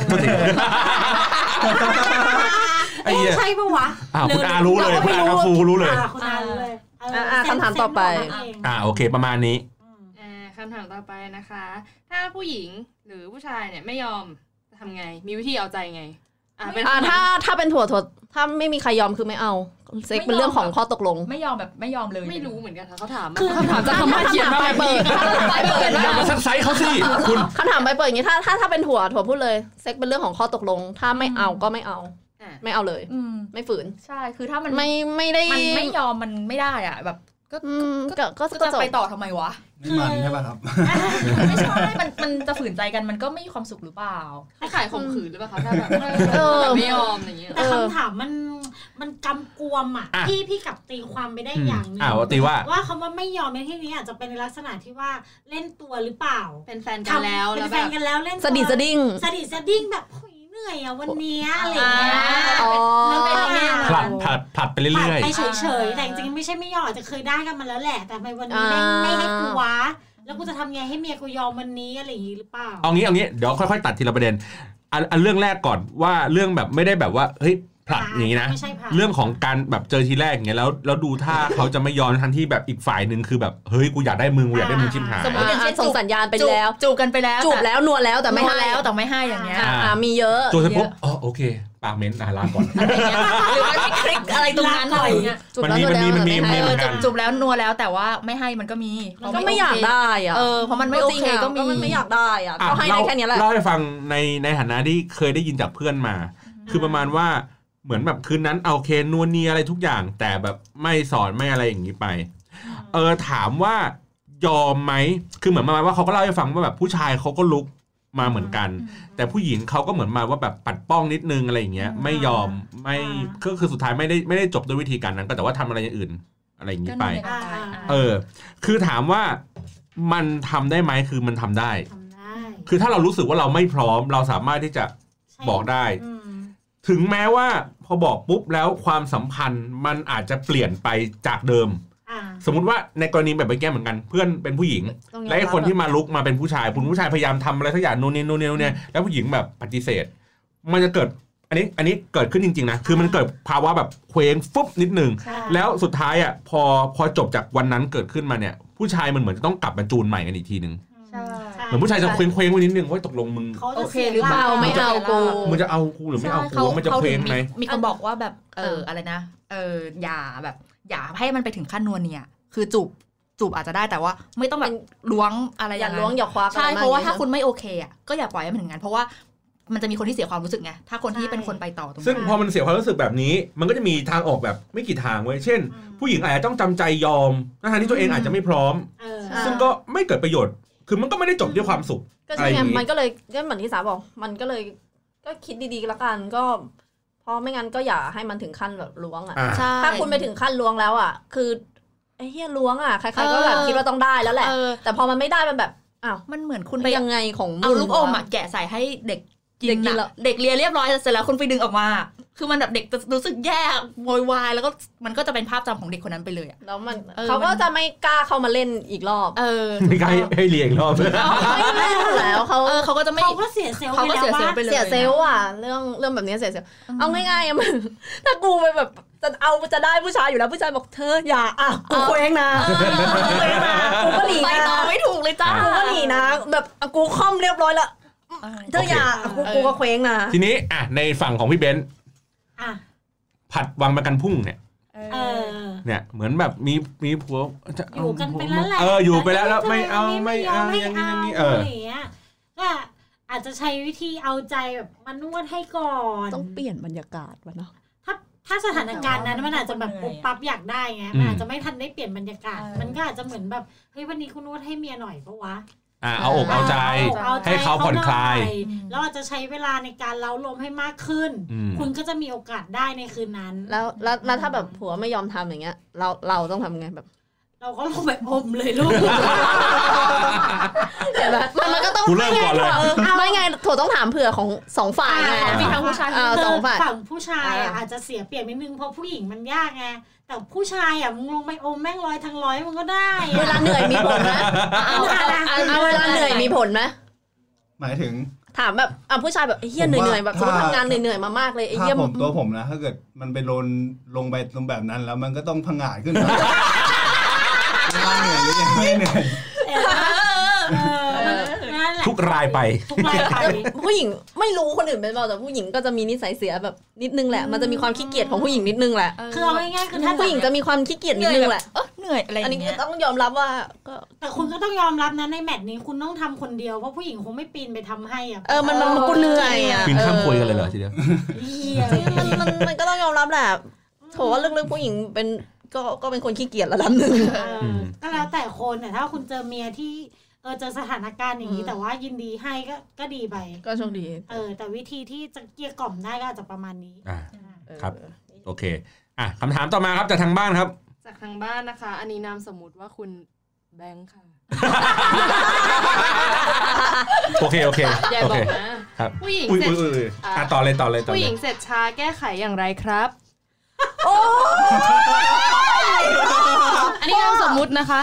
S3: ใช่ปะวะ
S1: คุณอารู้เลยคุณอาฟูรู้เลย
S3: คุณอารู้เลยเ
S2: คำถามต่อไป
S1: โอเคประมาณนี้
S4: คำถามต่อไปนะคะถ้าผู้หญิงหรือผู้ชายเนี่ยไม่ยอมจะทำไงมีวิธีเอาใจไง
S2: ถ้าเป็นถั่วถ้าไม่มีใครยอมคือไม่เอาเซ็กเป็นเรื่องของข้อตกลง
S6: ไม่ยอมแบบไม่ยอมเลย
S4: ไม่รู้เหมือนกันค่ะเขาถาม
S2: คือคำถามจะทำให้เขียนมาเปิด
S1: อย่ามาซักไซส์เขาสิคุณ
S2: คำถามไปเปิดอย่างนี้ถ้าเป็นถั่วพูดเลยเซ็กเป็นเรื่องของข้อตกลงถ้าไม่เอาก็ไม่เอาไม่เอาเลยไม่ฝืน
S6: ใช่คือถ้ามัน
S2: ไม่ได้
S6: มันไม่ยอมมันไม่ได้อ่ะแบบก็จะไปต่อทำไมวะ
S5: ไม่มันใช่ป่ะครับ
S6: ไม่ใช่มันจะฝืนใจกันมันก็ไม่มีความสุขหรือเปล่า
S4: ให้ขายข่มขืนหรือเปล่าคะถ้าแบบไม่ยอมอย่างเงี้ย
S3: แต่คำถามมันกำกวมอ่ะพี่กลับตีความไปได้อย่างนึง
S1: ตี
S3: ว่าคำว่าไม่ยอมในที่นี้อาจจะเป็นในลักษณะที่ว่าเล่นตัวหรือเปล่า
S4: เป็นแฟนกันแล้ว
S3: เป็นแฟนกันแล้วเล่น
S2: สดิสดิ้ง
S3: แบบเหนื่อยอ่ะวันนี้อะไรอย่างเงี้ย
S1: แล้วเป็นผัดไปเรื่อย
S3: ๆไปเฉยๆแต่จริงๆไม่ใช่ไม่ยอมจะเคยได้กันมาแล้วแหละแต่วันนี้ไม่ให้กูวะแล้วกูจะทำไงให้เมียกูยอมวันนี้อะไรอย่างงี้หรือเปล่า
S1: เอางี้เดี๋ยวค่อยๆตัดทีละประเด็นอันเรื่องแรกก่อนว่าเรื่องแบบไม่ได้แบบว่าเฮ้ยผลัดอย่างนี้นะเรื่องของการแบบเจอทีแรกอย่างเงี้ยแล้วดูท่าเขาจะไม่ยอมทันที่แบบอีกฝ่ายนึงคือแบบเฮ้ยกูอยากได้มึงชิมหาย
S2: สมมติอย่างเช่นส่งสัญญาณไปแล้ว
S6: จูบกันไปแล้ว
S2: จูบแล้วนวลแล้วแต่ไม่ให้
S6: แล้วแต่ไม่ให้อย่างเงี้ย
S2: มีเยอะ
S1: จูบเสร็จปุ๊บโอเคปากเม้นลาก่อน
S6: หรือว่าคลิกอะไรตรงนั้นหน่อย
S1: มันมี
S6: จูบแล้วนัวแล้วแต่ว่าไม่ให้มันก็มี
S2: ก็ไม่อยากได้อ่ะ
S6: เพราะมันไม่โอเคก็มี
S2: มันไม่อยากได้อ่ะก็ให้ได้แค่นี้แหละ
S1: เล่าให้ฟังในฐานะที่เคยได้ยินจากเพื่อนมาคือประมาณว่าเหมือนแบบคืนนั้นเอาเคนนัวเนียอะไรทุกอย่างแต่แบบไม่สอนไม่อะไรอย่างนี้ไปถามว่ายอมไหมคือเหมือนประมาณว่าเขาก็เล่าให้ฟังว่าแบบผู้ชายเขาก็ลุกมาเหมือนกันแต่ผู้หญิงเขาก็เหมือนมาว่าแบบปัดป้องนิดนึงอะไรอย่างเงี้ยไม่ยอมไม่ก็คือสุดท้ายไม่ได้จบด้วยวิธีการนั้นก็แต่ว่าทำอะไรอย่างอื่นอะไรอย่างนี้ไปคือถามว่ามันทำได้ไหมคือมันทำได้คือถ้าเรารู้สึกว่าเราไม่พร้อมเราสามารถที่จะบอกได้ถึงแม้ว่าพอบอกปุ๊บแล้วความสัมพันธ์มันอาจจะเปลี่ยนไปจากเดิมสมมุติว่าในกรณีแบบเมื่อกี้เหมือนกันเพื่อนเป็นผู้หญิงและไอ้คนที่มาลุกมาเป็นผู้ชายผู้ชายพยายามทำอะไรสักอย่างโน่นนี่แล้วผู้หญิงแบบปฏิเสธมันจะเกิดอันนี้เกิดขึ้นจริงๆนะคือมันเกิดภาวะแบบเคว้งฟุบนิดนึงแล้วสุดท้ายพอจบจากวันนั้นเกิดขึ้นมาเนี่ยผู้ชายมันเหมือนจะต้องกลับมาจูนใหม่กันอีกทีนึงเหมือนผู้ชายจะเคว้งไว้นิดนึงว่าตกลงมึง
S2: โอเคหรือเปล่าไม่เอากู
S1: มึงจะเอากูหรือไม่เอากูมันจะเคว้งไหม
S6: มีคนบอกว่าแบบอะไรนะอย่าให้มันไปถึงขั้นนัวเนียคือจูบอาจจะได้แต่ว่าไม่ต้องแบบล้วงอะไร
S2: อย่าล้วงอย่าคว้า
S6: ใช่เพราะว่าถ้าคุณไม่โอเคอ่ะก็อย่าปล่อยให้มันถึงงั้นเพราะว่ามันจะมีคนที่เสียความรู้สึกไงถ้าคนที่เป็นคนไปต่อตรงนั้น
S1: ซึ่งพอมันเสียความรู้สึกแบบนี้มันก็จะมีทางออกแบบไม่กี่ทางเว้ยเช่นผู้หญิงอาจจะต้องจำใจยอมทั้งที่ตัวเองอาจจะไม่พร้อมซึ่งก็ไม่เกิดประโยชน์คือมันก็ไม่ได้จบด้วยความสุข
S2: ก็ใช่ไงมันก็เลยก็เหมือนที่สาบอกมันก็เลยก็คิดดีๆแล้วกันก็เพราะไม่งั้นก็อย่าให้มันถึงขั้นแบบล้วงอ่ะถ้าคุณไปถึงขั้นล้วงแล้วอ่ะคือไอ้เหี้ยล้วงอ่ะใครๆก็แบบคิดว่าต้องได้แล้วแหละแต่พอมันไม่ได้มันแบบอ้าว
S6: มันเหมือนคุณไป
S2: ยังไงของ
S6: เอาลูกอมแกะใส่ให้เด็กกินนะเด็กเลียเรียบร้อยเสร็จแล้วคุณไปดึงออกมาคือมันแบบเด็กจะรู้สึกแย่โวยวายแล้วก็มันก็จะเป็นภาพจำของเด็กคนนั้นไปเลย
S2: แล้วมันเขาก็จะไม่กล้าเข้ามาเล่นอีกรอบ
S1: ไม่กล้าให้เลียอีกรอบ
S2: ไม่เล่นแล้ว
S6: เขาก็จะไม่
S3: เขาก็เสียเซลล์
S2: ไปเลยเสียเซลล์อ่ะเรื่องแบบนี้เสียเซลล์เอาง่ายๆมันถ้ากูไปแบบจะได้ผู้ชายอยู่แล้วผู้ชายบอกเธออย่ากูเคว้งนะกูก็หลีนะ
S6: ไม่ถูกเลยจ้า
S2: กูก็หลีนะแบบกูค่อมเรียบร้อยแล้วเธออย่ากูก็เคว้งนะ
S1: ทีนี้ในฝั่งของพี่เบนซ์ผัดวางประกันพุ่งเนี่ยเหมือนแบบมีผัว
S3: อยู่กันไปแล้วแหละ
S1: อยู่ไปแล้วไม่เอาอย่างนี้
S3: ก็อาจจะใช้วิธีเอาใจแบบมานวดให้ก่อน
S2: ต้องเปลี่ยนบรรยากาศวะเนาะ
S3: ถ้าสถานการณ์นั้นมันอาจจะแบบปุ๊บปั๊บอยากได้ไงมันอาจจะไม่ทันได้เปลี่ยนบรรยากาศมันก็อาจจะเหมือนแบบเฮ้ยวันนี้คุณนวดให้เมียหน่อยปะวะ
S1: เอาอกเอาใจให้เขาผ่อนคลาย
S3: แล้วอาจจะใช้เวลาในการเล้าลมให้มากขึ้นคุณก็จะมีโอกาสได้ในคืนนั้น
S2: แล้วถ้าแบบผัวไม่ยอมทำอย่างเงี้ยเราต้องทำไงแบบ
S3: เราก็ลงไปอมเลยลูก
S2: เห็นไหมมันก็ต้อง
S1: ไม่ไง
S2: ไม่ไงถั่วต้องถามเผื่อของสองฝ่ายไง
S3: มีทั้งผู้ชายฝั่งผู้ชายอาจจะเสียเปรียบนิดนึงเพราะผู้หญิงมันยากไงแต่ผู้ชายมึงลงไปอมแม่ง100 ทั้ง 100มันก็ได้
S2: เวลาเหนื่อยมีผลไหมเวลาเหนื่อยมีผลไหม
S5: หมายถึง
S2: ถามแบบผู้ชายแบบเฮี้ยเหนื่อยแบบเขาทำงานเหนื่อยมามากเลย
S5: เฮี้ยตัวผมนะถ้าเกิดมันไปลงไปตรงแบบนั้นแล้วมันก็ต้องพังงาดขึ้นไม่เหนื่อย
S1: ทุกรายไป
S2: ผู้หญิงไม่รู้คนอื่นเป็นเปล่าแต่ผู้หญิงก็จะมีนิสัยเสียแบบนิดนึงแหละมันจะมีความขี้เกียจของผู้หญิงนิดนึงแหละ
S3: คือเอาง่ายๆคือถ้า
S2: ผู้หญิงจะมีความขี้เกียจนิดนึงแหละ
S6: เหนื่อยอะไรอย่าง
S2: เงี้ยอันนี้ต้องยอมรับว่าก็
S3: แต่คุณก็ต้องยอมรับนะในแมตช์นี้คุณต้องทำคนเดียวเพราะผู้หญิงคงไม่ปีนไปทำให้อ่ะ
S2: มันกูเหนื่อยอ่ะ
S1: ปีนข้ามคุยกันเลยเหรอทีเดียว
S2: มันก็ต้องยอมรับแหละโถว่าเรื่องผู้หญิงเป็นก็เป็นคนขี้เกียจระดับนึง
S3: ก็แล้วแต่คนน่ะถ้าคุณเจอเมียที่เจอสถานการณ์อย่างนี้แต่ว่ายินดีให้ก็ดีไป
S2: ก็โชคดี
S3: แต่วิธีที่จะเกลี้ยกล่อมได้ก็อาจจะประมาณนี้
S1: ครับโอเคคำถามต่อมาครับจากทางบ้านครับ
S4: จากทางบ้านนะคะอันนี้นามสมมุติว่าคุณแบงค์ค่ะ
S1: โอเค
S4: อย่าบอกนะครับผู้หญิงเสร็จ
S1: ต่อเลย
S4: ผู้หญิงเสร็จช้าแก้ไขอย่างไรครับ
S2: โอ้
S4: อันนี้นามสมมุตินะคะ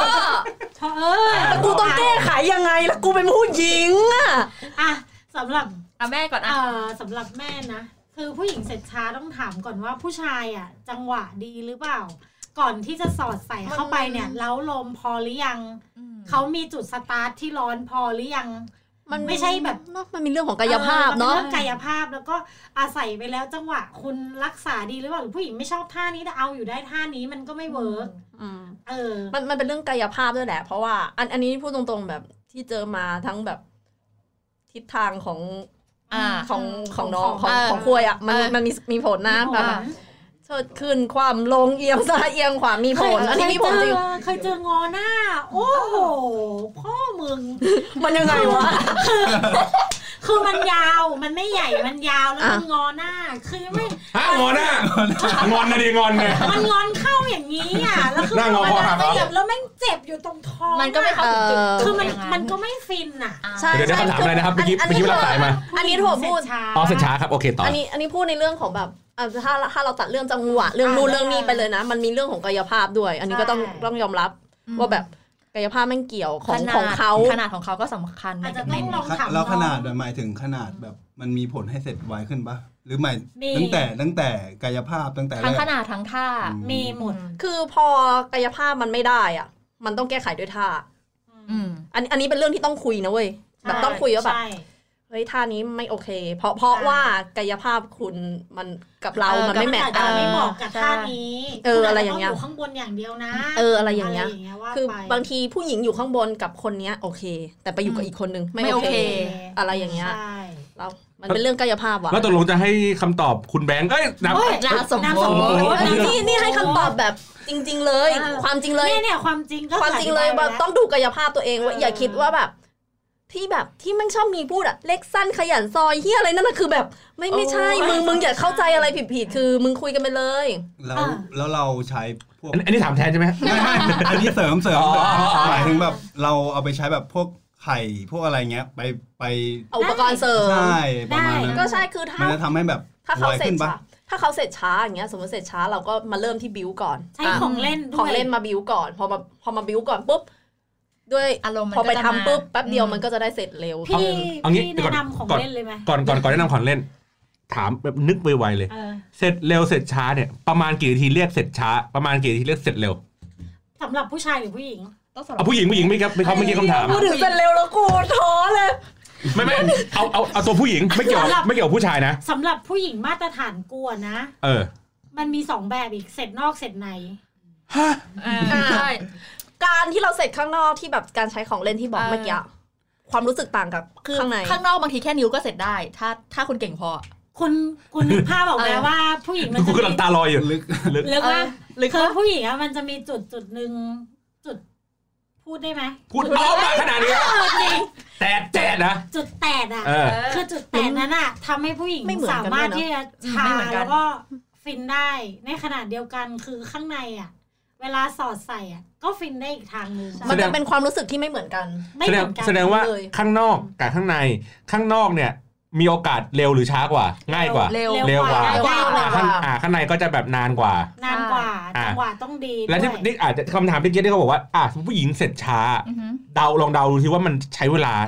S2: กูต้องแก้ไขยังไงล่ะกูเป็นผู้หญิง
S3: สำหรับ
S6: แม่ก่อน
S3: สำหรับแม่นะคือผู้หญิงเสร็จช้าต้องถามก่อนว่าผู้ชายจังหวะดีหรือเปล่าก่อนที่จะสอดใส่เข้าไปเนี่ยเล้าลมพอหรือยังเขามีจุดสตาร์ทที่ร้อนพอหรือยังมันไม่ใช่แบบ
S2: มันมีเรื่องของกายภาพเนาะ
S3: เรื่องกายภาพแล้วก็อาศัยไปแล้วจังหวะคุณรักษาดีหรือเปล่าหรือผู้หญิงไม่ชอบท่านี้แต่เอาอยู่ได้ท่านี้มันก็ไม่เวิร์ก
S2: มันเป็นเรื่องกายภาพด้วยแหละเพราะว่าอันนี้พูดตรงๆแบบที่เจอมาทั้งแบบทิศทางของน้องของคุยมันมีผลนะแบบเชิดขึ้นความลงเอียงซ้ายเอียงขวามีผลอันนี้มีผลจริง
S3: เคยเจองอหน้าโอ้โหพ่อมึง
S2: มันยังไงวะ
S3: คือมันยาวมันไม่ใหญ่มันยาวแล้วมันงอหน้าคือไม่
S1: งอหน้างอนนะดิงอนไง
S3: มันงอนเข้าอย่างนี้แล้วคือมันเจ็บแล้วแม่งเจ็บอยู่ตรงท้อง
S6: มันก็ไม่เข้าถึงจุด
S3: คือมันก็ไม่ฟิน
S1: ใช่เดี๋ยวคำถามอะไรนะครับเมื่อกี้รับสายมา
S2: อันนี้ถูกพูด
S1: เสร็จช้าครับโอเคต่อ
S2: อันนี้พูดในเรื่องของแบบถ้าเราตัดเรื่องจังหวะเรื่องนู่นเรื่องนี้ไปเลยนะมันมีเรื่องของกายภาพด้วยอันนี้ก็ต้องยอมรับว่าแบบกายภาพมันเกี่ยวของเขา
S6: ขนาดของเขาก็สำคัญ
S3: อาจจะต้องลองถาม
S5: แล้วขนาดหมายถึงขนาดแบบมันมีผลให้เสร็จไวขึ้นปะหรือหมายตั้งแต่กายภาพตั้งแต่
S6: ทั้งขนาดทั้งท่า
S3: มีหมด
S2: คือพอกายภาพมันไม่ได้มันต้องแก้ไขด้วยท่าอันนี้เป็นเรื่องที่ต้องคุยนะเว้ยแบบต้องคุยว่าแบบเฮ้ยท่านี้ไม่โอเคเพราะว่ากายภาพคุณมันกับเรามันไม่แมทกัน
S3: ไม่เหมาะกับท่านี้
S2: อะไรอย่างเงี้ย
S3: อยู่ข้างบนอย่างเดียวนะ
S2: อะไรอย่างเงี้ยคือบางทีผู้หญิงอยู่ข้างบนกับคนเนี้ยโอเคแต่ไปอยู่กับอีกคนนึงไม่โอเคอะไรอย่างเงี้ยเรามันเป็นเรื่องกายภาพ
S1: แล้วตกลงจะให้คำตอบคุณแบงค์
S2: นามสมมตินี่ให้คำตอบแบบจริงๆเลยความจริงเลย
S3: เนี่ยความจริง
S2: เลยแบบต้องดูกายภาพตัวเองว่าอย่าคิดว่าแบบที่มันชอบมีพูดเล็กสั้นขยันซอยเฮียอะไรนั่นน่ะคือแบบไม่ใช่มึงอย่าเข้าใจอะไรผิดคือมึงคุยกันไปเลย
S5: แล้วเราใช้พวก
S1: อันนี้ถามแทนใช่ไหม
S5: อันนี้เสริมหมายถึงแบบเราเอาไปใช้แบบพวกไข่พวกอะไรเงี้ยไป
S2: อุปกรณ์เสริม
S5: ใช่ประมาณนั้น
S2: ก็ใช่คือถ้า
S5: มันจะทำให้แบบ
S2: ถ้าเขาเสร็จช้าอย่างเงี้ยสมมติเสร็จช้าเราก็มาเริ่มที่บิ้วก่อน
S3: ใช้ของเ
S2: ล่นมาบิ้วก่อนพอมาบิ้วก่อนปุ๊บด้วย
S6: อารมณ์
S2: พอไปทำปุ๊บแป๊บเดียวมันก็จะได้เสร็จเร็ว
S3: พี่แนะนำของเล่นเลยไหม
S1: ก่อนแนะนำของเล่นถามแบบนึกไวๆเลยเสร็จเร็วเสร็จช้าเนี่ยประมาณกี่นาทีเรียกเสร็จช้าประมาณกี่นาทีเรียกเสร็จเร็ว
S3: สำหรับผู้ชายหรือผู้หญิง
S1: ผู้หญิงไม่ครับไม่เขาเมื่อกี้คำถาม
S2: พูดถึงเสร็จเร็วแล้วกูท้อเลย
S1: ไม่เอาตัวผู้หญิงไม่เกี่ยวผู้ชายนะ
S3: สำหรับผู้หญิงมาตรฐานกูนะมันมี2แบบอีกเสร็จนอกเสร็จใน
S2: ใช่การที่เราเสร็จข้างนอกที่แบบการใช้ของเล่นที่บอกเมื่อกี้ความรู้สึกต่างกับข้างใน
S6: ข้างนอกบางทีแค่นิ้วก็เสร็จได้ถ้าคุณเก่งพอ
S3: คุณนึกภาพบอกแล้วว่าผู้หญิงมัน
S1: จะกำลังตาลอยอยู่
S3: ลึกว่าคือผู้หญิงมันจะมีจุดนึงจุดพูดได้ไหม
S1: พูดเอามาขนาดนี้
S3: จริง
S1: แต่นะ
S3: จุดแต่คือจุดแต่นั้นทำให้ผู้หญิงสามารถที่จะชาแล้วก็ฟินได้ในขนาดเดียวกันคือข้างในเวลาสอดใส่ก็ฟินได้อีกทางนึง
S2: มันจะเป็นความรู้สึกที่ไม่เหมือนกัน
S1: แสดงว่าข้างนอกกับข้างในข้างนอกเนี่ยมีโอกาสเร็วหรือช้ากว่าง่ายกว่าเร็วกว่าข้างในก็จะแบบนานกว่า
S3: จังหวะต้องดี
S1: แล้วที่นี่อาจจะคำถามที่เจ๊ที่เขาบอกว่าผู้หญิงเสร็จช้าลองเดาดูทีว่ามันใช้เวลา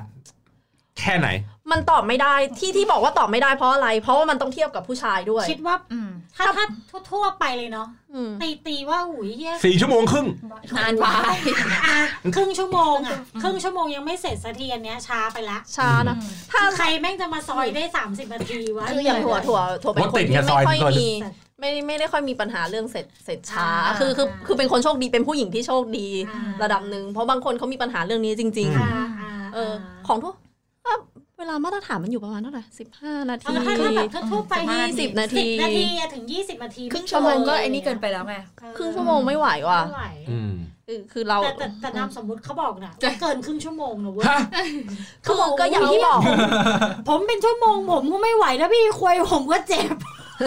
S1: แค่ไหน
S2: มันตอบไม่ได้ที่บอกว่าตอบไม่ได้เพราะอะไรเพราะว่ามันต้องเทียบกับผู้ชายด้วย
S3: คิดว่าถ้าทั่วไปเลยเนาะตีว่าอุ้ยเฮีย
S1: 4 ชั่วโมงครึ่ง
S6: นานไป
S3: ครึ่งชั่วโมงครึ่งชั่วโมงยังไม่เสร็จสักทีอันเนี้ยช้าไปละ
S2: ช้านะ
S3: ถ้าใครแม่งจะมาซอยได้30 นาทีวะ
S2: คืออย่างถั่วเป็นคนที่ไม่ค่อยมีไม่ได้ค่อยมีปัญหาเรื่องเสร็จช้าคือเป็นคนโชคดีเป็นผู้หญิงที่โชคดีระดับนึงเพราะบางคนเขามีปัญหาเรื่องนี้จริงๆของเวลามาตรฐานมันอยู่ประมาณเท่าไหร่15 นาที
S3: ทั่วไป
S2: 20 นาที
S3: ถึง20 นาที
S6: ครึ่งชั่วโมงก็ไอ้นี่เกินไปแล้วไง
S2: ครึ่งชั่วโมงไม่ไหวว่ะคือเรา
S3: แต่นามสมมุติเขาบอกนะเกินครึ่งชั่วโมงนะเว้ย
S2: คือก็อย่างที่บอก
S3: ผมเป็นชั่วโมงผมก็ไม่ไหวแล้วพี่คุยผมก็เจ็บ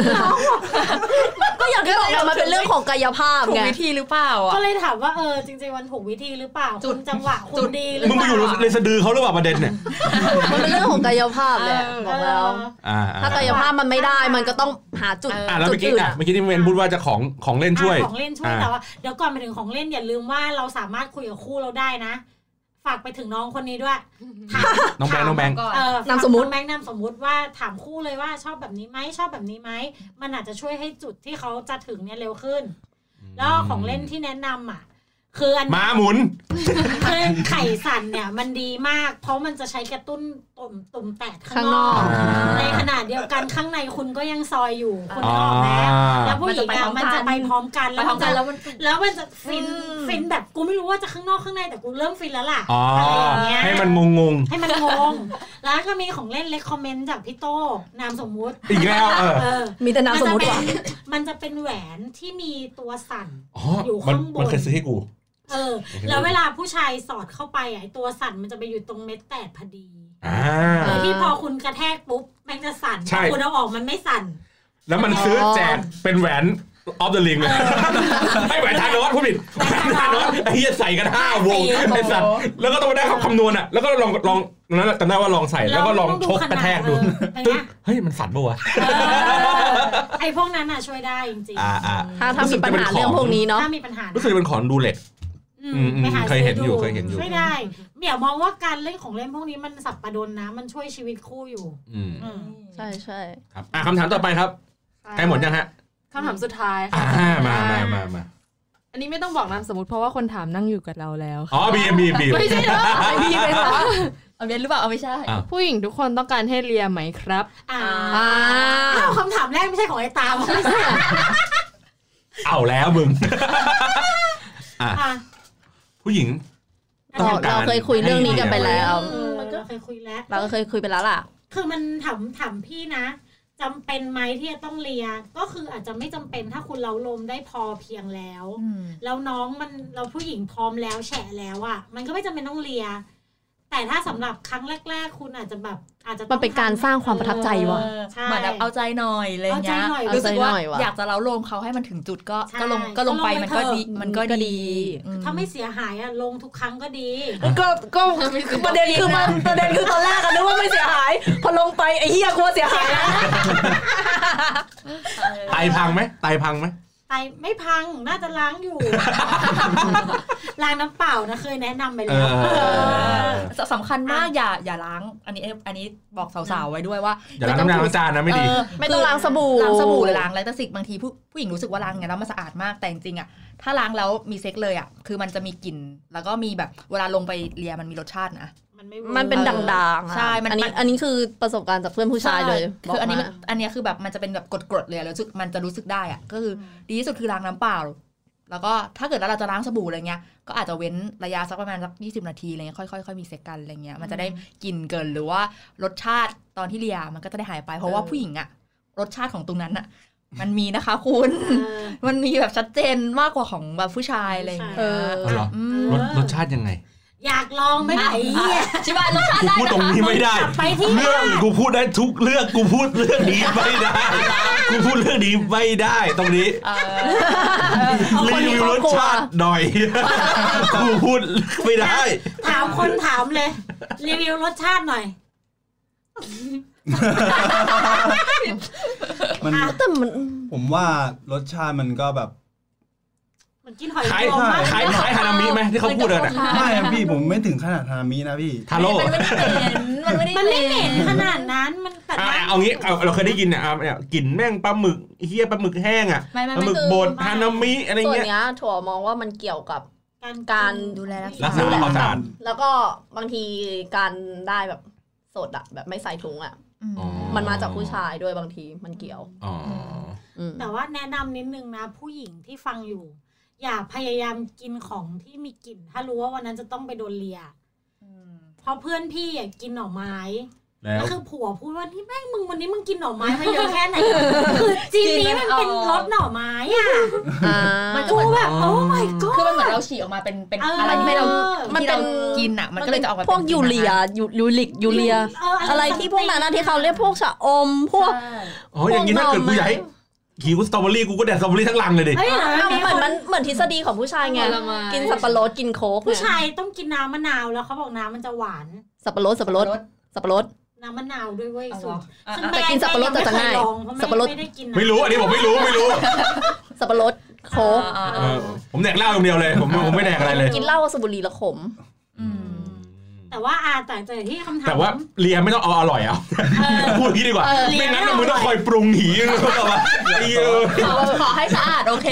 S2: ก็อย่างที่บอกมันเป็นเรื่องของกายภาพไง
S6: ถูกวิธีหรือเปล่า
S3: ก็เลยถามว่าจริงๆมันถูกวิธีหรือเปล่าคุณจังหวะคุณดีหรือเปล่า
S1: มึงไปอยู่ในสะดือเขาหรือเปล่าประเด็นเนี่ย
S2: มันเป็นเรื่องของกายภาพแหละบอกแล้วถ้ากายภาพมันไม่ได้มันก็ต้องหาจุด
S1: แล้วเมื่อกี้ที่เมนพูดว่าจะของเล่นช่วย
S3: ของเล่นช่วยแต่ว่าเดี๋ยวก่อนไปถึงของเล่นอย่าลืมว่าเราสามารถคุยกับคู่เราได้นะฝากไปถึงน้องคนนี้ด้วย
S1: น้องแบงค์
S2: นามสมมุติ
S3: แบงค์นามสมมุติว่าถามคู่เลยว่าชอบแบบนี้ไหมชอบแบบนี้ไหมมันอาจจะช่วยให้จุดที่เขาจะถึงเนี่ยเร็วขึ้นแล้วของเล่นที่แนะนำคืออัน
S1: ม้าหมุน
S3: คือไข่สั่นเนี่ยมันดีมากเพราะมันจะใช้กระตุ้นตุ่มแตกข้างนอกในขณะเดียวกันข้างในคุณก็ยังซอยอยู่คุณออกแล้วผู้หญิงมันจะไปพร้อมกันแล้วมันจะฟินแบบกูไม่รู้ว่าจะข้างนอกข้างในแต่กูเริ่มฟินแล้วล่ะ
S1: อะไรอย่างเงี้ยให้มันงง
S3: แล้วก็มีของเล่นเล็กคอมเมนต์จากพี่โต้นามสมมุติ
S1: อีกแล้ว
S2: มีแต่นามสมมุติว่ะ
S3: มันจะเป็นแหวนที่มีตัวสั่นอยู่ข้างบน
S1: มันเคยซื้อให้กู
S3: แล้วเวลาผู้ชายสอดเข้าไปไอ้ตัวสั่นมันจะไปอยู่ตรงเม็ดแตกพอดีที่พอคุณกระแทกปุ๊บมันจะสั่นพอคุณเอาออกมันไม่สั่น
S1: แล้วมันซื้อแจกเป็นแหวนออฟเดอะลิงเลยไม่แหวนทานอสพูดผิดแหวนทานอสไอ้เหี้ยใส่กัน5 วงไอ้สัตว์แล้วก็ต้องไปได้คำนวณอ่ะแล้วก็ลองนั้นจำได้ว่าลองใส่แล้วก็ลองชกกระแทกดูเฮ้ยมันสั่นป่ะวะ
S3: ไอ้พวกนั้นอ่ะช่วยได้จริง
S2: ๆถ้ามีปัญหาเรื่องพวกนี้เนาะ
S3: ถ้ามีปัญหา
S1: รู้สึกเป็นของดูเหล็กเคยเห็นอยู่
S3: ไม่ได้เดี๋ยวมองว่าการเล่นของเล่นพวกนี้มันสับปะรดนะมันช่วยชีวิตคู่อยู่
S2: ใช่ใช่
S1: ครับคำถามต่อไปครับใกล้หมดยังฮะ
S4: คำถามสุดท้ายค่ะ
S1: มา
S4: อันนี้ไม่ต้องบอกนามสมมติเพราะว่าคนถามนั่งอยู่กับเราแล้ว
S1: อ๋อบี
S4: ไม่ใช่เหรอ
S6: บีเป็นเหรอเอาเป็นหรือเปล่าเอาไม่ใช่
S4: ผู้หญิงทุกคนต้องการให้เลียไหมครับ
S3: คำถามแรกไม่ใช่ของไอ้ตาม
S1: เอาแล้วมึงผู้หญิง
S2: เราเคยคุยเรื่องนี้กันไปแล้ว
S3: เราเคยคุยแล้ว
S2: เราก็เคยคุยไปแล้วล่ะ
S3: คือมันถามพี่นะจำเป็นไหมที่จะต้องเลียก็คืออาจจะไม่จำเป็นถ้าคุณเล้าลมได้พอเพียงแล้วแล้วน้องเราผู้หญิงพร้อมแล้วแฉะแล้วอ่ะมันก็ไม่จำเป็นต้องเลียแต่ถ้าสำหรับครั้งแรกๆคุณอาจจะ
S2: มันเป็นการสร้างความประทับใจว่ะ
S6: เหมือนแบบเอาใจหน่อยอะไรเงี้ยรู้สึกว่าอยากจะเล้าลมเขาให้มันถึงจุดก็ลงไปมันก็ดี
S3: ถ้าไม่เสียหายลงทุกครั้งก็ดี
S2: ก็ประเด็นคือตอนแรกนึกว่าไม่เสียหายพอลงไปไอ้เหี้ยกลัวเสียหาย
S1: ไตพังไหม
S3: ไม่พังน่าจะล้างอยู่ล้างน้ำเปล่านะเคยแนะนำไปแล้ว
S6: สำคัญมากอย่าล้างอันนี้บอกสาวๆไว้ด้วยว่า
S1: อย่าล้างน้ำล้างจานนะไม่ดี
S2: ไม่ต้องล้างสบู่
S6: หรือล้างไลตาสิกบางทีผู้หญิงรู้สึกว่าล้างอย่างนั้นแล้วมันสะอาดมากแต่จริงๆอ่ะถ้าล้างแล้วมีเซ็กเลยอ่ะคือมันจะมีกลิ่นแล้วก็มีแบบเวลาลงไปเลียมันมีรสชาตินะ
S2: มันเป็นด่างๆ
S6: ใช่
S2: อันนี้คือประสบการณ์จากเพื่อนผู้ชายเลย
S6: คืออันนี้คือแบบมันจะเป็นแบบกรดๆเลยแล้วมันจะรู้สึกได้อ่ะก็คือดีที่สุดคือล้างน้ำเปล่าแล้วก็ถ้าเกิดเราจะล้างสบู่อะไรเงี้ยก็อาจจะเว้นระยะสักประมาณสัก20 นาทีอะไรเงี้ยค่อยๆมีเซ็กกันอะไรเงี้ยมันจะได้กลิ่นเกินหรือว่ารสชาติตอนที่เลียมันก็จะได้หายไปเพราะว่าผู้หญิงอ่ะรสชาติของตรงนั้นอ่ะมันมีนะคะคุณมันมีแบบชัดเจนมากกว่าของแบบผู้ชายอะไรเงี้ย
S1: รสชาติยังไง
S3: อยากลองไหมไหน
S6: ชิบะรสชาติ
S1: ได้พูดตรงนี้ไม่ได้เรื่องกูพูดได้ทุกเรื่องกูพูดเรื่องนี้ไม่ได้กูพูดเรื่องนี้ไม่ได้ตรงนี้รีวิวรสชาติหน่อยกูพูดไม่ได้
S3: ถามเลยรีวิวรสชาติหน่อย
S5: ผมว่ารสชาติมันก็แบบ
S3: เหมือนกินหอย
S1: ขาย
S3: รวมมาก
S1: ขายฮานามิไหมที่เขาพูดเลยนะ
S5: ไม่พี่ผมไม่ถึงขนาดฮานามินะพี่
S1: ทาโร่
S3: มันไม่เหม็นขนาดนั้นมันแต่ว่า
S1: เอางี้เราเคยได้ยินเนี่ยกลิ่นแม่งปลาหมึกเฮียปลาหมึกแห้งอ่ะปลาหมึกบดฮานามิอะไร
S2: ส่วน
S1: เงี้ย
S2: เนี้ยถั่วมองว่ามันเกี่ยวกับการ
S6: ดูแล
S1: รักษาความสะอาด
S2: แล้วก็บางทีการได้แบบสดอะแบบไม่ใส่ถุงอะมันมาจากผู้ชายด้วยบางทีมันเกี่ยว
S3: แต่ว่าแนะนำนิดนึงนะผู้หญิงที่ฟังอยู่ อย่าพยายามกินของที่มีกลิ่นถ้ารู้ว่าวันนั้นจะต้องไปโดนเลียเพราะเพื่อนพี่กินหน่อไม้แล้วคือผัวพูดว่าที่แม่งมึงวันนี้มึงกินหน่อไม้มาเยอะแค่ไหนคือจีนนี้มันเป็นรสหน่อไม้อ่ะ
S6: มันก็แบบโอ้ my god คือมันเหมือนเราฉี่ออกมาเป็นอะไรที่เรากินอ่ะมันก็เลยจะออกมา
S2: พวกยูเรียอะไรที่พวกนั้นที่เขาเรียกพวกชะอมพวก
S1: อ๋ออย่างนี้ถ้าเกิดกูอยากให้หิวสตรอเบอรี่กูก็แดกสตรอเบอรี่ทั้งลังเลยดิ
S2: เหมือนทฤษฎีของผู้ชายไงกินสับปะรดกินโค้ก
S3: ผู้ชายต้องกินน้ำมะนาวแล้วเขาบอกน้ำมันจะหวาน
S2: สับปะรด
S3: น้ำมะนาวด้วยเว้ยสุด
S2: แต่กินสับปะรดจะง่ายสับปะรด
S1: ไม่รู้อันนี้ผมไม่รู้
S2: สับปะรดโค้ก
S1: ผมแดกเหล้าอย่างเดียวเลยผมไม่แดกอะไรเลย
S2: กินเหล้าสูบบุหรี่แล้วขม
S3: แต่ว่าแต่ที่คำถาม
S1: แต่ว่าเลียไม่ต้องเอาอร่อยเอาพูดงี้ดีกว่าไม่งั้นมึงต้องคอยปรุงหี
S6: ขอให้สะอาดโอเค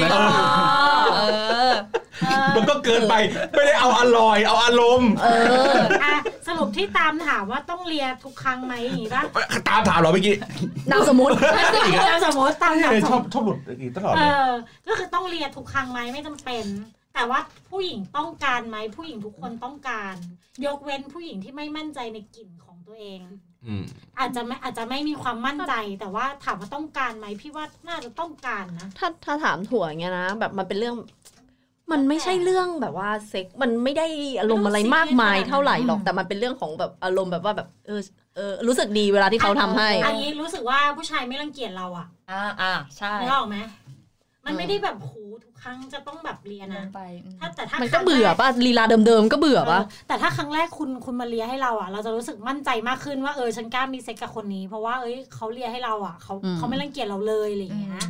S1: มันก็เกินไปไม่ได้เอาอร่อยเอาอารมณ์
S3: สรุปที่ตามถามว่าต้องเลียทุกครั้งไหมอย่างนี้ป่ะ
S1: ตามถามเหรอเมื่อกี้
S2: นามสมมุติ
S3: ตาม
S1: ชอบหลุดอีกตลอด
S3: ก็คือต้องเลียทุกครั้งไหมไม่จำเป็นแต่ว่าผู้หญิงต้องการไหมผู้หญิงทุกคนต้องการยกเว้นผู้หญิงที่ไม่มั่นใจในกลิ่นของตัวเองอาจจะไม่มีความมั่นใจแต่ว่าถามว่าต้องการไหมพี่ว่าน่าจะต้องการนะ
S2: ถ้าถามถั่วอย่างเงี้ยนะแบบมันเป็นเรื่องมันไม่ใช่เรื่องแบบว่าเซ็กมันไม่ได้อารมณ์อะไรมากมายเท่าไหร่หรอกแต่มันเป็นเรื่องของแบบอารมณ์แบบว่าแบบรู้สึกดีเวลาที่เขาทำให้
S3: อันนี้รู้สึกว่าผู้ชายไม่รังเกียจเราอ่ะ
S6: ใช่
S3: นึกออกไหมมันไม่ได้แบบโหทุกครั้งจะต้องแบบเลียนะถ้า
S2: มันก็เบื่อป่ะลีลาเดิมๆก็เบื่อป่ะ
S3: แต่ถ้าครั้งแรกคุณมาเลียให้เราอ่ะเราจะรู้สึกมั่นใจมากขึ้นว่าฉันกล้ามีเซ็กกับคนนี้เพราะว่าเขาเลียให้เราอ่ะเขาไม่รังเกียจเราเลยอะไรอย่างเงี้ย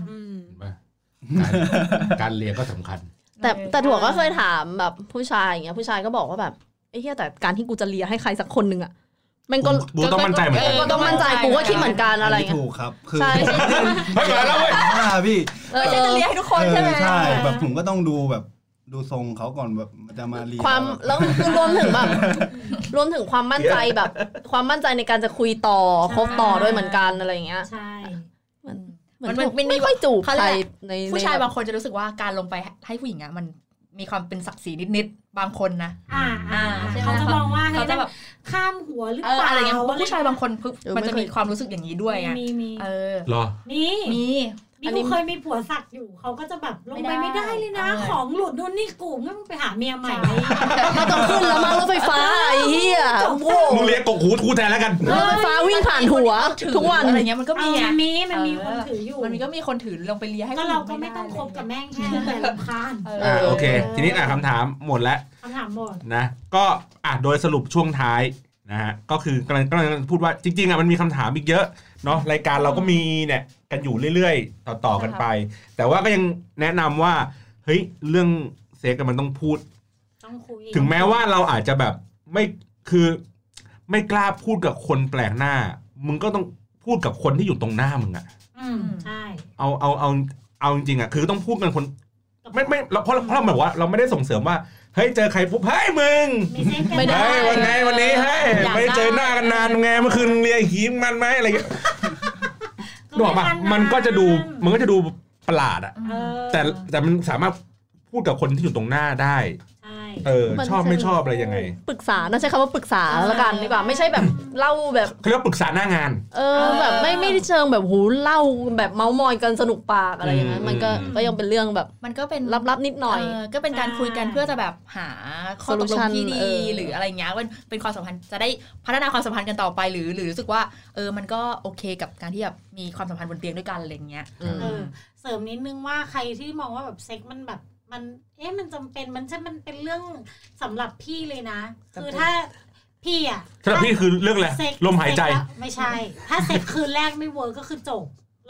S1: การเลียก็สำคัญ
S2: แต่ถั่วก็เคยถามแบบผู้ชายอย่างเงี้ยผู้ชายก็บอกว่าแบบไอ้เหี้ยแต่การที่กูจะเลียให้ใครสักคนนึงอ่ะมันก็
S1: ต้องมั่นใจเหมือนกัน
S2: ก็ต้องมั่นใจกูก็คิดเหมือนกันอะไรเงี้ย
S5: ถูกครับคือ
S2: ใช่
S1: ไม่เป็นไรแล้วเว้ย
S5: พี่
S2: ไม่ใช่จะเลียให้ทุกคนใช่ไหม
S5: ใช่แบบผมก็ต้องดูแบบดูทรงเขาก่อนแบบจะมาเลีย
S2: ความแล้วคือรวมถึงความมั่นใจแบบความมั่นใจในการจะคุยต่อคบต่อด้วยเหมือนกันอะไรเงี้ย
S3: ใช่
S2: มันไม่ค่อยจูบใครใน
S6: ผู้ชายบางคนจะรู้สึกว่าการลงไปให้ผู้หญิงอ่ะมันมีความเป็นศักดิ์ศรีนิดๆบางคนนะ
S3: เขาจะมองว่าเขาจะแบบข้ามหัวหรือเปล่า
S6: อะไรเงี้ยผู้ชายบางคนมันจะมีความรู้สึกอย่างนี้ด้วย
S3: อ่ะมี
S1: หรอ
S3: มีนี่เคยมีผัวสักอยู่เขาก็จะแบบลงไปไม่ได้เลยนะของหลุดนู่นนี่กูงั้นมึงไปหาเมียใหม่
S2: ไม่ต้องขึ้นแล้วมารถไฟฟ้าไอ้เหี้ย
S1: มึงเรียกกกหูทูแทนแล้วกัน
S2: รถไฟฟ้าวิ่งผ่านหัวทุกวัน
S6: อะไรเงี้ยมันก็มี
S3: มันมีคนถืออยู่
S6: มันก็มีคนถือลงไปเลียให้
S3: ก็เราก็ไม่ต้องคบกับแม่งแค่แต่ลำคาญ
S1: โอเคทีนี้คำถามหมดแล้ว
S3: คำถามหมด
S1: นะก็โดยสรุปช่วงท้ายนะฮะก็คือกำลังพูดว่าจริงๆมันมีคำถามอีกเยอะเนาะรายการเราก็มีเนี่ยกันอยู่เรื่อยๆต่อกันไปแต่ว่าก็ยังแนะนำว่าเฮ้ยเรื่องเซ็กมันต้องพูดถึงแม้ว่าเราอาจจะแบบไม่กล้าพูดกับคนแปลกหน้ามึงก็ต้องพูดกับคนที่อยู่ตรงหน้ามึงอ่ะ
S3: ใช่
S1: เอาจริงๆอ่ะคือต้องพูดกันคนไม่เพราะเราแบบว่าเราไม่ได้ส่งเสริมว่าเฮ้ยเจอใครปุ๊บเฮ้ยมึง
S2: ไม่ได้
S1: วันนี้เฮ้ยไม่เจอหน้ากันนานไงเมื่อคืนเรียนขี้มันไหมอะไรอย่างเงี้ยบอกป่ะมันก็จะดูประหลาดอ่ะแต่มันสามารถพูดกับคนที่อยู่ตรงหน้าได้ชอบไม่ชอบอะไรยังไง
S2: ปรึกษาน่าใช้คำว่าปรึกษาแล้วกันดีกว่าไม่ใช่แบบเล่าแบบ
S1: เขาเรียกว่าปรึกษาหน้างาน
S2: แบบไม่ได้เชิงแบบหูเล่าแบบเมามอยกันสนุกปากอะไรอย่างนั้นมันก็ยังเป็นเรื่องแบบ
S6: มันก็เป็น
S2: ลับๆนิดหน่อย
S6: ก็เป็นการคุยกันเพื่อจะแบบหาข้อตกลงที่ดีหรืออะไรเงี้ยเป็นความสัมพันธ์จะได้พัฒนาความสัมพันธ์กันต่อไปหรือรู้สึกว่ามันก็โอเคกับการที่แบบมีความสัมพันธ์บนเตียงด้วยกันอะไรเงี้ย
S3: เสริมนิดนึงว่าใครที่มองว่าแบบเซ็กมันแบบมันจำเป็นมันเป็นเรื่องสำหรับพี่เลยนะคือถ้าพี่อ่ะ
S1: สำหรับพี่คือเรื่องอะไรลมหายใจ
S3: ไม่ใช่ถ้าเซ็กคืนแรกไม่เวิร์กก็คือจบ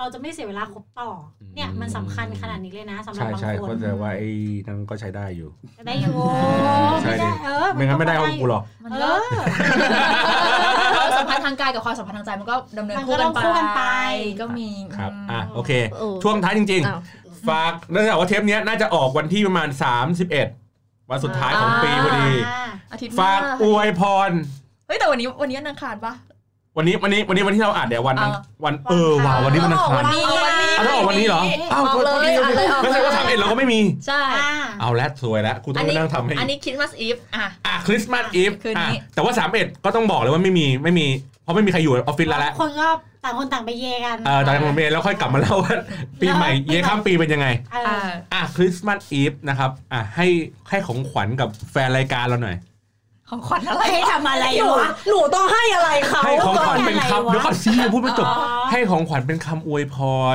S3: เราจะไม่เสียเวลาคบต่อเนี่ยมันสำคัญขนาดนี้เลยนะสำหรับบางคน
S1: ใช่เข้าใจว่าไอ้นั่นก็ใช้ได้อยู่
S3: ได้อยู่
S1: ไม่ได้ไม่งั้นไม่ได้ของกูหรอก
S6: มันก็ความสัมพันธ์ทางกายกับความสัมพันธ์ทางใจมันก็ดำเนินคู่กันไปก็มี
S1: ครับโอเคช่วงท้ายจริงๆฝากเนื่องจากว่าเทปนี้น่าจะออกวันที่ประมาณ31วันสุดท้ายของปีพอดีฝากอวยพร
S6: เฮ้ยแต่วันนี้วันอังคารปะ
S1: วันนี้ที่เราอ่านเดี๋ยววันว่ะวันนี้วันอังคารถ้าออกวันนี้เหรออ้าวเลยไม่ใช่ว่า31เราก็ไม่มี
S6: ใช่
S1: เอาแล้วสวยแล้วกูต้องมานั่งทำให้
S6: อันนี้คริสต์มาสอีฟ
S1: คริสต์มาสอีฟแต่ว่า31ก็ต้องบอกเลยว่าไม่มีเพราะไม่มีใครอยู่ออฟฟิศแล้ว
S3: คนก็ต่างคนต่างไปเยกัน
S1: ต่างคนไปเยแล้วค่อยกลับมาเล่าว่าปีใหม่เยข้ามปีเป็นยังไงคริสต์มาสอีฟนะครับให้ของขวัญกับแฟนรายการเราหน่อย
S6: ของขวัญอะไร
S3: ให้ทำอะไรวะ
S2: หนูต้องให้อะไรเขา
S1: ให้ของขวัญเป็นคำเดี๋ยวก่อนสิพูดไม่จบให้ของขวัญเป็นคำอวยพร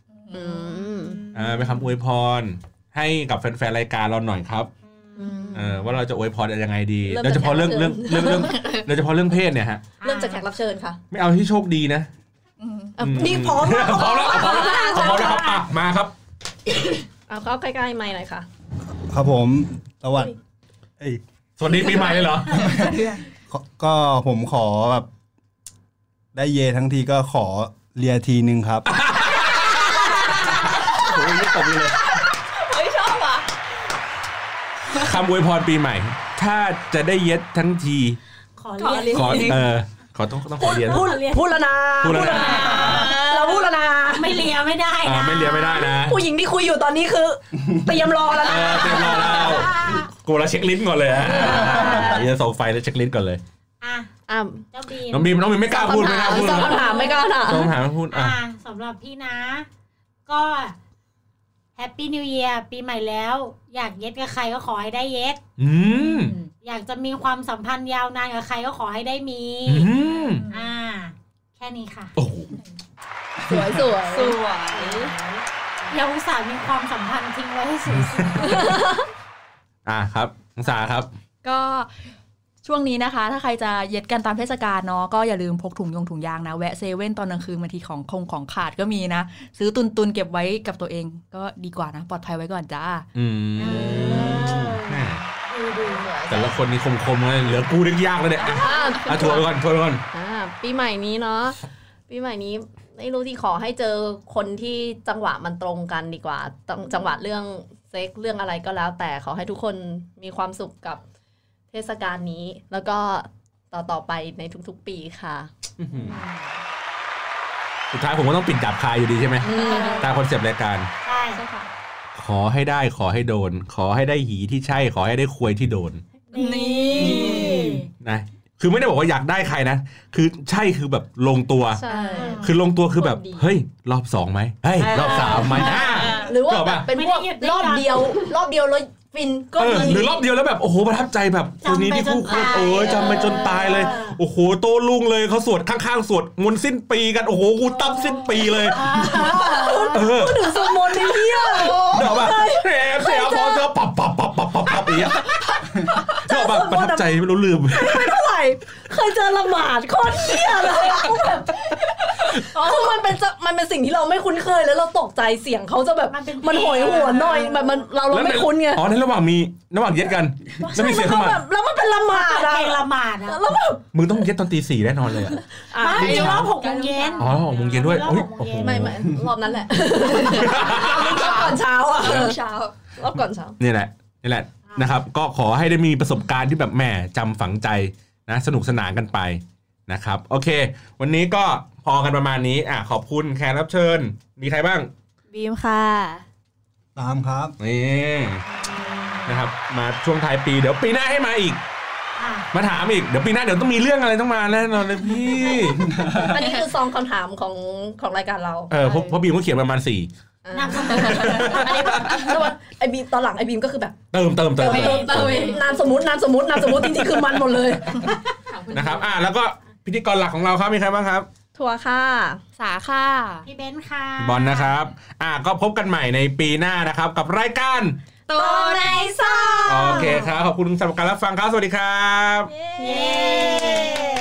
S1: เป็นคำอวยพรให้กับแฟนๆรายการเราหน่อยครับว่าเราจะอวยพรยังไงดีโดยเฉพาะเรื่องโดยเฉพาะเรื่องเพศเนี่ยฮะ
S2: เริ่มจากแขกรับเชิญค่ะ
S1: ไม่เอาที่โชคดีนะ
S2: นี่พร้อมแล้ว
S1: ครับมาครับ
S2: เอาเข้าใกล้ๆไมค์หน่อยค่ะ
S5: ครับผมส
S1: วัสดีปีใหม่เลยเหรอ
S5: ก็ผมขอแบบได้เยทั้งทีก็ขอเลียทีนึงครับ
S1: โอ้ยตบเลย
S2: ชอบอ่ะ
S1: คำอวยพรปีใหม่ถ้าจะได้เย็ดทั้งที
S3: ขอต้อง
S1: ขอเลีย
S2: พูดแล้วนะเราพูดแล้วนะ
S3: ไม่เลียไม่ได้นะ
S1: ไม่เลียไม่ได้นะ
S2: ผู้หญิงที่คุยอยู่ตอนนี้คือเตรียมรอแล้วนะ
S1: เตรียมรอแล้วกูละเช็คลิสต์ก่อนเลยฮะจะส่งไฟแล้วเช็คลิสต์ก่อนเลยน้องบีมไม่กล้าพูด
S2: สองคำถามไม่กล้า
S1: สองคำถามไม่พูด
S3: สำหรับพี่นะก็แฮปปี้นิวเยียร์ปีใหม่แล้วอยากเย็ดกับใครก็ขอให้ได้เย็ดอยากจะมีความสัมพันธ์ยาวนานกับใครก็ขอให้ได้มีแค่นี้ค่ะ
S2: สวย
S3: ยังอุตส่าห์มีความสัมพันธ์ทิ้งไว้ให้สวย
S1: ครับอุตส่าห์ครับ
S6: ก็ช่วงนี้นะคะถ้าใครจะเย็ดกันตามเทศกาลเนาะก็อย่าลืมพกถุงยางนะแวะเซเว่นตอนกลางคืนบางทีของขาดก็มีนะซื้อตุนเก็บไว้กับตัวเองก็ดีกว่านะปลอดภัยไว้ก่อนจ้า
S1: แต่ละคนนี่คมเลยเหลือกูนึกยากแล้วเนี่ยทัวร์ไปก่อน
S2: ปีใหม่นี้เนาะปีใหม่นี้ไม่รู้ที่ขอให้เจอคนที่จังหวะมันตรงกันดีกว่าจังหวะเรื่องเซ็กเรื่องอะไรก็แล้วแต่ขอให้ทุกคนมีความสุขกับเทศกาลนี้แล้วก็ต่อไปในทุกๆปีค่ะ
S1: สุดท้ายผมก็ต้องปิดดับคายอยู่ดีใช่ไหมตามคอนเซปต์รายการ
S3: ใช่ค่ะ
S1: ขอให้ได้ขอให้โดนขอให้ได้หีที่ใช่ขอให้ได้ควยที่โดน
S3: นี่
S1: นะคือไม่ได้บอกว่าอยากได้ใครนะคือใช่คือแบบลงตัวคือลงตัวคือแบบเฮ้ยรอบ2ไหมเฮ้ยรอบ3ไหม
S2: หรือว่าแบบเป็นพวกรอบเดียวแล้วฟินก็มี
S1: หรือรอบเดียวแล้วแบบโอ้โหประทับใจแบบคนนี้ที่คู่ควรจำไปจนตายเลยโอ้โหโตลุงเลยเขาสวดข้างๆสวดมนต์สิ้นปีกันโอ้โหกูตั้มสิ้นปีเลย
S2: ก็ถึงสวดมนต์ในเหี้ย
S1: เดี๋ยวแบบเสียพอเจอปับอย่างเงี้ยก็แบบประทับใจไม่รู้ลืม
S2: ไม่เท่าไหร่เคยเจอละหมาดคนเหี้ยเลยแบบคือมันเป็นสิ่งที่เราไม่คุ้นเคยแล้วเราตกใจเสียงเขาจะแบบมันโหยหวนหน่อยแบบมันเราไม่คุ้นไง
S1: ในระหว่างเย็ดกันแล้วมีเสียงเข้ามา
S2: แล้วมันเป็นละหมาด
S3: แล้วแบบ
S1: มึงต้องเย็ดตอนตี 4แน่นอนเลย
S3: ไม่รอบ6 โมงเย็น
S1: 6 โมงเย็นด้วย
S2: ไม่รอบนั้นแหละรอบก่อนเช้ารอบก่อนเช้า
S1: นี่แหละนะครับก็ขอให้ได้มีประสบการณ์ที่แบบแหมจำฝังใจนะสนุกสนานกันไปนะครับโอเควันนี้ก็พอกันประมาณนี้ขอบคุณแขกรับเชิญมีใครบ้าง
S2: บีมค่ะ
S5: ตามครับ
S1: นี่นะครับมาช่วงท้ายปีเดี๋ยวปีหน้าให้มาอีกมาถามอีกเดี๋ยวปีหน้าเดี๋ยวต้องมีเรื่องอะไรต้องมาแน่นอนเลยพี่
S2: อันนี้คือซองคำถามของรายการเรา
S1: เพราะบีมก็เขียนประมาณ4
S2: ไอบีมตอนหลังไอบีมก็คือแบบ
S1: เติม
S2: นามสมมุติจริงๆคือมันหมดเลย
S1: นะครับแล้วก็พิธีกรหลักของเราครับมีใครบ้างครับ
S2: ถั่วค่ะสาค่ะ
S3: พี่เบนซ์ค่ะ
S1: บอลนะครับก็พบกันใหม่ในปีหน้านะครับกับรายการ
S2: โตในซอง
S1: โอเคครับขอบคุณสำหรับการรับฟังครับสวัสดีครับ
S2: เย้